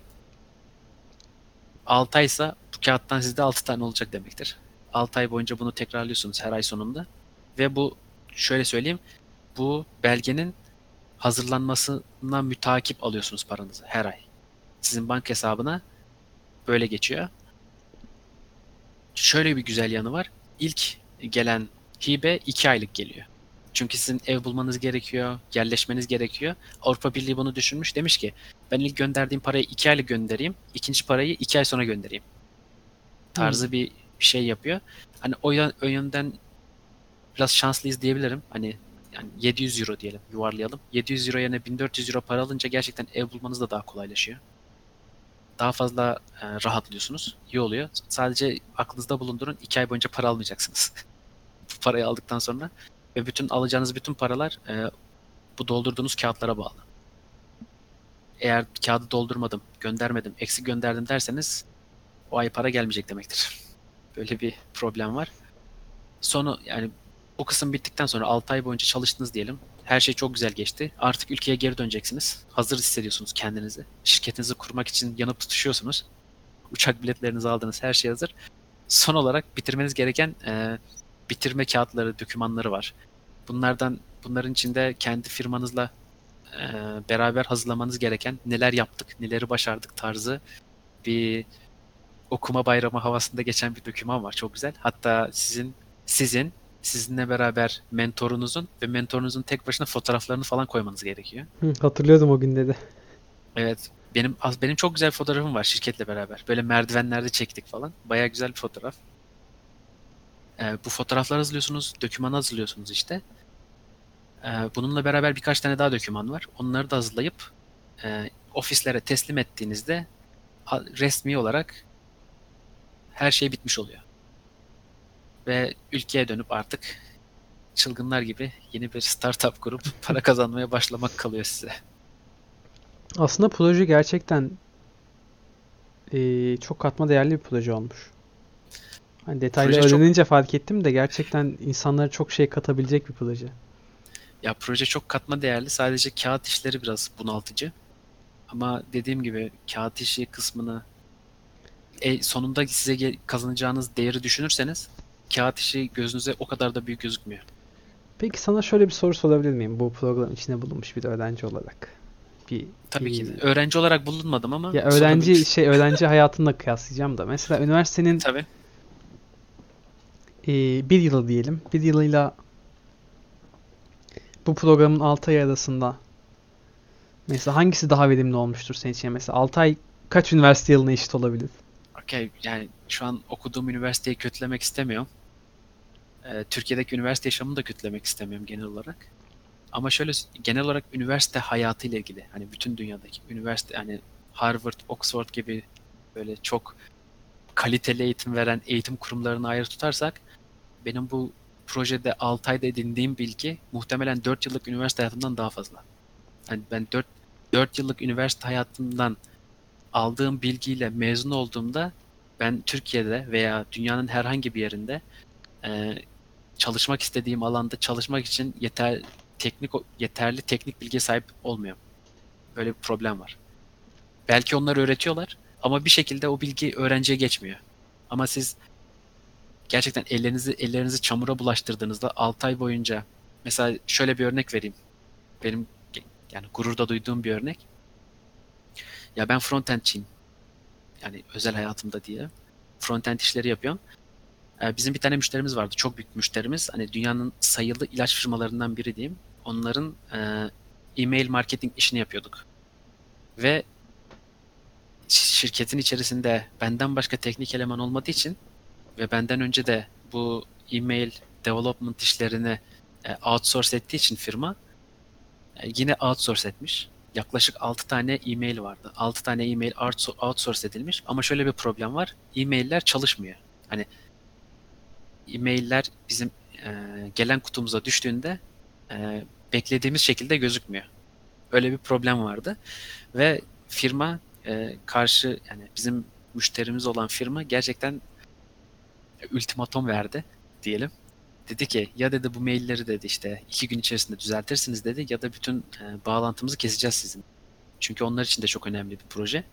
Speaker 1: altı aysa bu kağıttan sizde altı tane olacak demektir. altı ay boyunca bunu tekrarlıyorsunuz her ay sonunda. Ve bu şöyle söyleyeyim. Bu belgenin hazırlanmasına mütakip alıyorsunuz paranızı her ay. Sizin banka hesabına böyle geçiyor. Şöyle bir güzel yanı var. İlk gelen hibe iki aylık geliyor. Çünkü sizin ev bulmanız gerekiyor, yerleşmeniz gerekiyor. Avrupa Birliği bunu düşünmüş. Demiş ki ben ilk gönderdiğim parayı iki aylık göndereyim. İkinci parayı iki ay sonra göndereyim.
Speaker 2: Hmm.
Speaker 1: Tarzı bir şey yapıyor. Hani o, yön, o yönden biraz şanslıyız diyebilirim. Hani yani yedi yüz euro diyelim, yuvarlayalım. yedi yüz euro yerine bin dört yüz euro para alınca gerçekten ev bulmanız da daha kolaylaşıyor. Daha fazla e, rahatlıyorsunuz. İyi oluyor. Sadece aklınızda bulundurun. iki ay boyunca para almayacaksınız. Bu parayı aldıktan sonra. Ve bütün alacağınız bütün paralar e, bu doldurduğunuz kağıtlara bağlı. Eğer kağıdı doldurmadım, göndermedim, eksik gönderdim derseniz o ay para gelmeyecek demektir. Böyle bir problem var. Sonu yani o kısım bittikten sonra altı ay boyunca çalıştınız diyelim. Her şey çok güzel geçti. Artık ülkeye geri döneceksiniz. Hazır hissediyorsunuz kendinizi. Şirketinizi kurmak için yanıp tutuşuyorsunuz. Uçak biletlerinizi aldınız. Her şey hazır. Son olarak bitirmeniz gereken e, bitirme kağıtları, dokümanları var. Bunlardan bunların içinde kendi firmanızla e, beraber hazırlamanız gereken neler yaptık, neleri başardık tarzı bir okuma bayramı havasında geçen bir doküman var. Çok güzel. Hatta sizin sizin sizinle beraber mentorunuzun ve mentorunuzun tek başına fotoğraflarını falan koymanız gerekiyor.
Speaker 2: Hı, hatırlıyordum o günde de.
Speaker 1: Evet. Benim az- benim çok güzel bir fotoğrafım var şirketle beraber. Böyle merdivenlerde çektik falan. Bayağı güzel bir fotoğraf. Ee, bu fotoğrafları hazırlıyorsunuz, dokümanı hazırlıyorsunuz işte. Ee, bununla beraber birkaç tane daha doküman var. Onları da hazırlayıp e, ofislere teslim ettiğinizde a- resmi olarak her şey bitmiş oluyor. Ve ülkeye dönüp artık çılgınlar gibi yeni bir startup kurup para kazanmaya başlamak kalıyor size.
Speaker 2: Aslında proje gerçekten eee, çok katma değerli bir proje olmuş. Hani detaylı
Speaker 1: Proje çok
Speaker 2: öğrenince fark ettim de gerçekten insanlara çok şey katabilecek bir proje.
Speaker 1: ya proje çok katma değerli. Sadece kağıt işleri biraz bunaltıcı. Ama dediğim gibi kağıt işi kısmını e, sonunda size ge- kazanacağınız değeri düşünürseniz kağıt işi gözünüze o kadar da büyük gözükmüyor.
Speaker 2: Peki sana şöyle bir soru sorabilir miyim bu program içinde bulunmuş bir öğrenci olarak? Bir
Speaker 1: Tabii ki de.
Speaker 2: e,
Speaker 1: Öğrenci olarak bulunmadım ama
Speaker 2: ya öğrenci
Speaker 1: sorabilir.
Speaker 2: şey öğrenci hayatında kıyaslayacağım da mesela üniversitenin
Speaker 1: Tabii.
Speaker 2: e, bir yılı diyelim. Bir yılıyla bu programın altı ay arasında mesela hangisi daha verimli olmuştur senin için? Mesela altı ay kaç üniversite yılına eşit olabilir?
Speaker 1: Okey. Yani şu an okuduğum üniversiteyi kötülemek istemiyorum. Ee, Türkiye'deki üniversite yaşamını da kötülemek istemiyorum genel olarak. Ama şöyle genel olarak üniversite hayatı ile ilgili hani bütün dünyadaki üniversite hani Harvard, Oxford gibi böyle çok kaliteli eğitim veren eğitim kurumlarını ayrı tutarsak benim bu projede altı ayda edindiğim bilgi muhtemelen dört yıllık üniversite hayatımdan daha fazla. Hani ben dört dört yıllık üniversite hayatımdan aldığım bilgiyle mezun olduğumda ben Türkiye'de veya dünyanın herhangi bir yerinde e, çalışmak istediğim alanda çalışmak için yeter teknik yeterli teknik bilgiye sahip olmuyorum. Böyle bir problem var. Belki onlar öğretiyorlar ama bir şekilde o bilgi öğrenciye geçmiyor. Ama siz gerçekten ellerinizi ellerinizi çamura bulaştırdığınızda altı ay boyunca mesela şöyle bir örnek vereyim. Benim yani gururda duyduğum bir örnek. Ya ben frontendçiyim. Yani özel hayatımda diye. Frontend işleri yapıyorum. Ee, bizim bir tane müşterimiz vardı. Çok büyük müşterimiz. Hani dünyanın sayılı ilaç firmalarından biri diyeyim. Onların e, e-mail marketing işini yapıyorduk. Ve şirketin içerisinde benden başka teknik eleman olmadığı için ve benden önce de bu e-mail development işlerini e, outsource ettiği için firma e, yine outsource etmiş. Yaklaşık altı tane e-mail vardı. altı tane e-mail outso- outsource edilmiş ama şöyle bir problem var. E-mailler çalışmıyor. Hani e-mailler bizim e, gelen kutumuza düştüğünde e, beklediğimiz şekilde gözükmüyor. Öyle bir problem vardı ve firma e, karşı yani bizim müşterimiz olan firma gerçekten ultimatom verdi diyelim. Dedi ki ya dedi bu mailleri dedi işte iki gün içerisinde düzeltirsiniz dedi ya da bütün e, bağlantımızı keseceğiz sizin. Çünkü onlar için de çok önemli bir proje.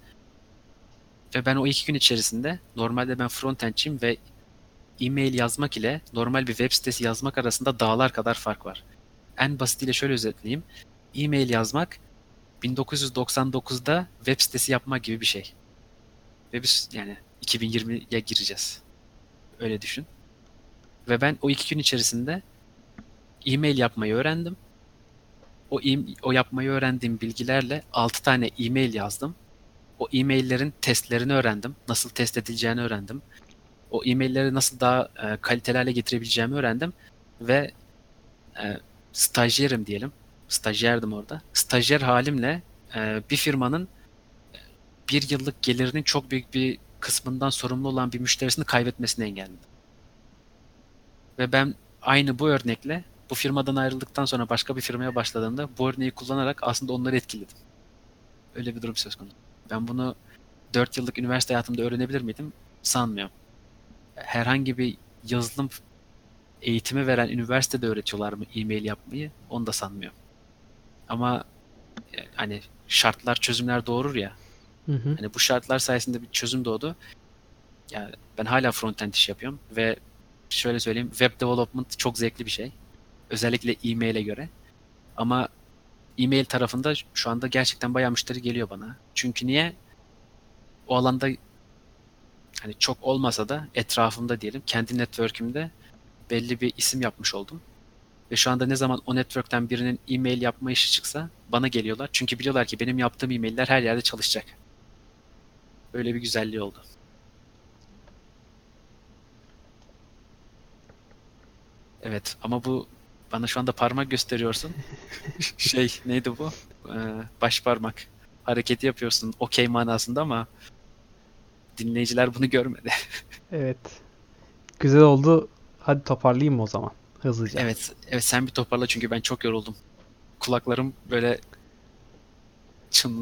Speaker 1: Ve ben o iki gün içerisinde normalde ben frontendçiyim ve e-mail yazmak ile normal bir web sitesi yazmak arasında dağlar kadar fark var. En basitiyle şöyle özetleyeyim. E-mail yazmak bin dokuz yüz doksan dokuzda web sitesi yapmak gibi bir şey. Ve biz yani iki bin yirmiye gireceğiz. Öyle düşün. Ve ben o iki gün içerisinde e-mail yapmayı öğrendim. O, e- o yapmayı öğrendiğim bilgilerle altı tane e-mail yazdım. O e-maillerin testlerini öğrendim. Nasıl test edileceğini öğrendim. O e-mailleri nasıl daha e, kaliteli hale getirebileceğimi öğrendim. Ve e, stajyerim diyelim. Stajyerdim orada. Stajyer halimle e, bir firmanın bir yıllık gelirinin çok büyük bir kısmından sorumlu olan bir müşterisini kaybetmesini engelledim. Ve ben aynı bu örnekle bu firmadan ayrıldıktan sonra başka bir firmaya başladığımda bu örneği kullanarak aslında onları etkiledim. Öyle bir durum söz konusu. Ben bunu dört yıllık üniversite hayatımda öğrenebilir miydim? Sanmıyorum. Herhangi bir yazılım eğitimi veren üniversitede öğretiyorlar mı e-mail yapmayı? Onu da sanmıyorum. Ama e, hani şartlar, çözümler doğurur ya.
Speaker 2: Hı hı.
Speaker 1: Hani bu şartlar sayesinde bir çözüm doğdu. Yani ben hala front-end iş yapıyorum ve şöyle söyleyeyim, web development çok zevkli bir şey. Özellikle e-mail'e göre. Ama e-mail tarafında şu anda gerçekten bayağı müşteri geliyor bana. Çünkü niye? O alanda hani çok olmasa da etrafımda diyelim, kendi network'ümde belli bir isim yapmış oldum. Ve şu anda ne zaman o network'ten birinin e-mail yapma işi çıksa bana geliyorlar. Çünkü biliyorlar ki benim yaptığım e-mailler her yerde çalışacak. Böyle bir güzelliği oldu. Evet ama bu bana şu anda parmak gösteriyorsun. Şey neydi bu? Ee, baş parmak hareketi yapıyorsun okey manasında ama dinleyiciler bunu görmedi.
Speaker 2: Evet. Güzel oldu. Hadi toparlayayım mı o zaman? Hızlıca.
Speaker 1: Evet, evet sen bir toparla çünkü ben çok yoruldum. Kulaklarım böyle çınlıyor.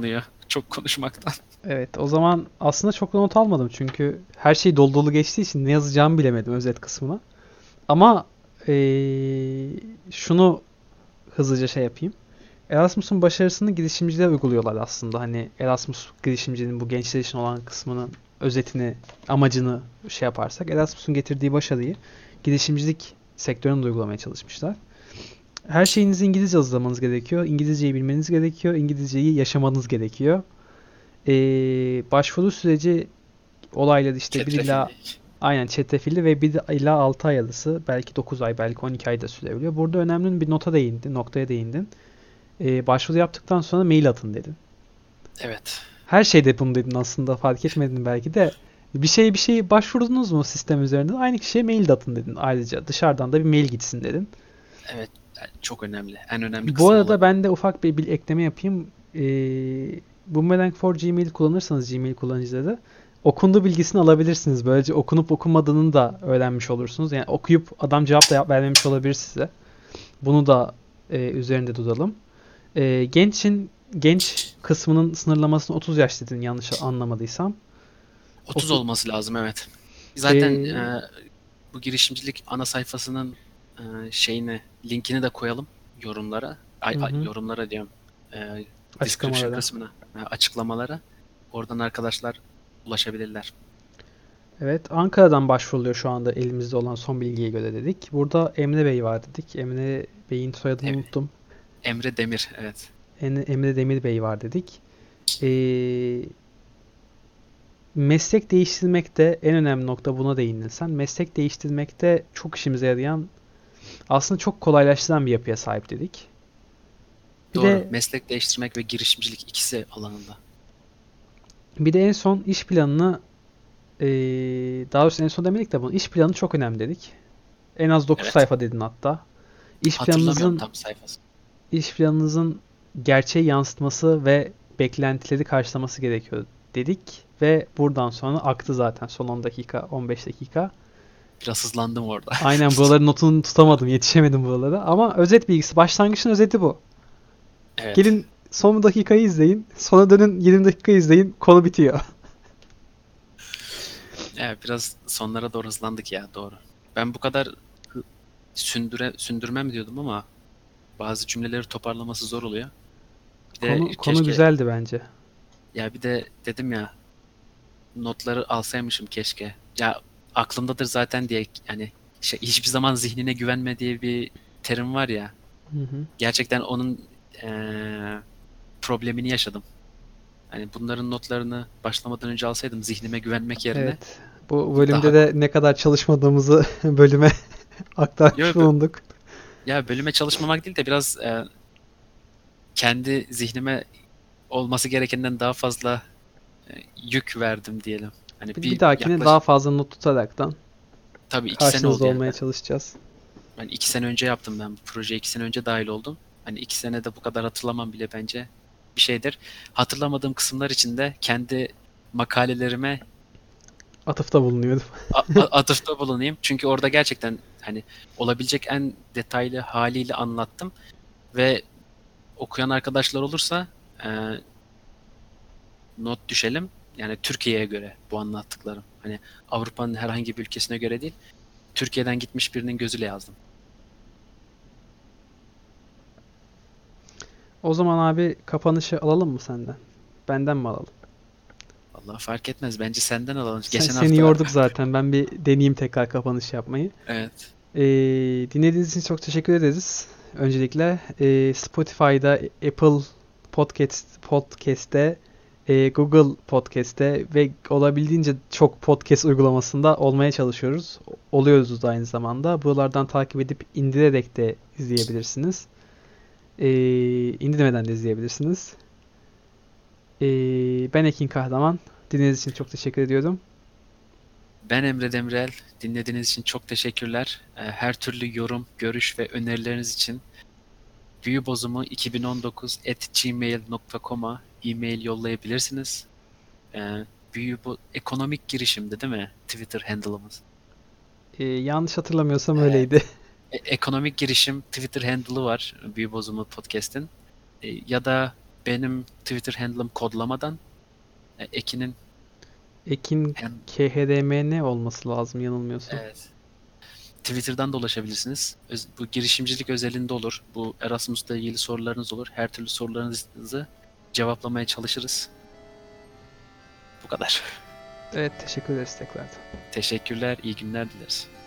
Speaker 1: Çok konuşmaktan.
Speaker 2: Evet, o zaman aslında çok da not almadım çünkü her şey dolu dolu geçtiği için ne yazacağımı bilemedim özet kısmına. Ama eee, şunu hızlıca şey yapayım. Erasmus'un başarısını girişimciler uyguluyorlar aslında. Hani Erasmus girişimcinin bu gençler için olan kısmının özetini, amacını şey yaparsak Erasmus'un getirdiği başarıyı girişimcilik sektöründe uygulamaya çalışmışlar. Her şeyinizi İngilizce hazırlamanız gerekiyor. İngilizceyi bilmeniz gerekiyor. İngilizceyi yaşamanız gerekiyor. Ee, başvuru süreci olayları işte bir ila
Speaker 1: Çetrefilli.
Speaker 2: aynen çetrefilli ve bir ila altı ay arası, belki dokuz ay, belki on iki ay da sürebiliyor. Burada önemli bir nota değindin, noktaya değindin. Ee, başvuru yaptıktan sonra mail atın dedin.
Speaker 1: Evet.
Speaker 2: Her şeyde bunu dedin aslında, fark etmedin belki de. Bir şey bir şey başvurdunuz mu sistem üzerinden? Aynı kişiye mail de atın dedin ayrıca. Dışarıdan da bir mail gitsin dedin.
Speaker 1: Evet. Yani çok önemli. En önemli
Speaker 2: Bu
Speaker 1: kısmı
Speaker 2: arada
Speaker 1: olabilir.
Speaker 2: ben de ufak bir, bir ekleme yapayım. Ee, Boomerang for Gmail kullanırsanız Gmail kullanıcıları okundu bilgisini alabilirsiniz. Böylece okunup okunmadığını da öğrenmiş olursunuz. Yani okuyup adam cevap da yap- vermemiş olabilir size. Bunu da e, üzerinde duralım. E, gençin genç kısmının sınırlamasını otuz yaş dedin yanlış anlamadıysam.
Speaker 1: otuz
Speaker 2: otuz
Speaker 1: olması lazım, evet. Zaten
Speaker 2: e,
Speaker 1: e, bu girişimcilik ana sayfasının e, şeyini, linkini de koyalım yorumlara. Ay,
Speaker 2: hı
Speaker 1: ay,
Speaker 2: hı,
Speaker 1: yorumlara diyorum. E, description
Speaker 2: açıklamalara.
Speaker 1: kısmına, e, açıklamalara. Oradan arkadaşlar ulaşabilirler.
Speaker 2: Evet, Ankara'dan başvuruluyor şu anda elimizde olan son bilgiye göre dedik. Burada Emre Bey var dedik. Emre Bey'in soyadını
Speaker 1: Evet.
Speaker 2: unuttum.
Speaker 1: Emre Demir, evet.
Speaker 2: En- Emre Demir Bey var dedik. Ee, Meslek değiştirmekte en önemli nokta, buna değindin sen. Meslek değiştirmekte çok işimize yarayan, aslında çok kolaylaştıran bir yapıya sahip dedik. Bir
Speaker 1: Doğru.
Speaker 2: de
Speaker 1: Meslek değiştirmek ve girişimcilik ikisi alanında.
Speaker 2: bir de en son iş planını, ee, daha doğrusu en son demedik de bunu, iş planı çok önemli dedik. En az dokuz
Speaker 1: Evet.
Speaker 2: sayfa dedin hatta. İş
Speaker 1: Hatırlamıyorum
Speaker 2: planınızın
Speaker 1: tam sayfası.
Speaker 2: iş planınızın gerçeği yansıtması ve beklentileri karşılaması gerekiyor dedik ve buradan sonra aktı zaten son on dakika, on beş dakika.
Speaker 1: Biraz hızlandım orada.
Speaker 2: Aynen, buraların notunu tutamadım, yetişemedim buralara. Ama özet bilgisi, başlangıçın özeti bu.
Speaker 1: Evet.
Speaker 2: Gelin son dakikayı izleyin, sonra dönün yirmi dakika izleyin, konu bitiyor.
Speaker 1: Evet, biraz sonlara doğru hızlandık ya, doğru. Ben bu kadar hı- sündüre sündürmem diyordum ama bazı cümleleri toparlaması zor oluyor. Bir de
Speaker 2: Konu konu
Speaker 1: keşke,
Speaker 2: güzeldi bence.
Speaker 1: ya bir de dedim ya, notları alsaymışım keşke. Ya aklımdadır zaten diye, yani şey, hiçbir zaman zihnine güvenme diye bir terim var ya.
Speaker 2: Hı hı.
Speaker 1: Gerçekten onun eee, problemini yaşadım. Hani bunların notlarını başlamadan önce alsaydım zihnime güvenmek yerine
Speaker 2: Evet. Bu bölümde
Speaker 1: daha
Speaker 2: de ne kadar çalışmadığımızı bölüme aktarmış
Speaker 1: yok,
Speaker 2: bulunduk.
Speaker 1: ya bölüme çalışmamak değil de biraz e, kendi zihnime olması gerekenden daha fazla e, yük verdim diyelim. Hani
Speaker 2: Bir, bir
Speaker 1: bir
Speaker 2: dahakine daha
Speaker 1: yaklaşık,
Speaker 2: fazla not tutaraktan
Speaker 1: tabii iki sene
Speaker 2: karşınızda
Speaker 1: oldu yani.
Speaker 2: olmaya çalışacağız.
Speaker 1: Ben iki sene önce yaptım, ben bu projeye iki sene önce dahil oldum. Hani iki senede bu kadar hatırlamam bile bence bir şeydir. Hatırlamadığım kısımlar için de kendi makalelerime
Speaker 2: Atıfta bulunuyorum.
Speaker 1: a- a- atıfta bulunayım. Çünkü orada gerçekten hani olabilecek en detaylı haliyle anlattım ve okuyan arkadaşlar olursa e, not düşelim. Yani Türkiye'ye göre bu anlattıklarım. Hani Avrupa'nın herhangi bir ülkesine göre değil. Türkiye'den gitmiş birinin gözüyle yazdım.
Speaker 2: O zaman abi kapanışı alalım mı senden? Benden mi alalım?
Speaker 1: Vallahi fark etmez. Bence senden alalım.
Speaker 2: Sen,
Speaker 1: Geçen
Speaker 2: seni
Speaker 1: hafta
Speaker 2: yorduk zaten. Ben bir deneyeyim tekrar kapanış yapmayı.
Speaker 1: evet.
Speaker 2: Ee, Dinlediğiniz için çok teşekkür ederiz. Öncelikle ee, Spotify'da, Apple Podcast Podcast'te, ee, Google Podcast'te ve olabildiğince çok podcast uygulamasında olmaya çalışıyoruz. Oluyoruz da aynı zamanda. Buralardan takip edip indirerek de izleyebilirsiniz. Ee, indirmeden de izleyebilirsiniz. Ee, Ben Ekin Kahraman. Dinlediğiniz için çok teşekkür ediyorum.
Speaker 1: Ben Emre Demirel. Dinlediğiniz için çok teşekkürler. E, Her türlü yorum, görüş ve önerileriniz için büyübozumu iki bin on dokuz at gmail nokta com'a e-mail yollayabilirsiniz. E, büyü bu ekonomik girişimdi değil mi? Twitter handle'ımız.
Speaker 2: Ee, yanlış hatırlamıyorsam öyleydi.
Speaker 1: Evet. E- ekonomik girişim Twitter handle'ı var Büyübozumu Podcast'in. E, ya da benim Twitter handle'ım kodlamadan, e, Ekin'in
Speaker 2: Ekin
Speaker 1: hem
Speaker 2: K H D M N olması lazım yanılmıyorsam.
Speaker 1: evet, Twitter'dan da ulaşabilirsiniz. Öz- bu girişimcilik özelinde olur. Bu Erasmus'la ilgili sorularınız olur. Her türlü sorularınızı cevaplamaya çalışırız. Bu kadar.
Speaker 2: Evet, teşekkür ederiz tekrardan.
Speaker 1: Teşekkürler, iyi günler dileriz.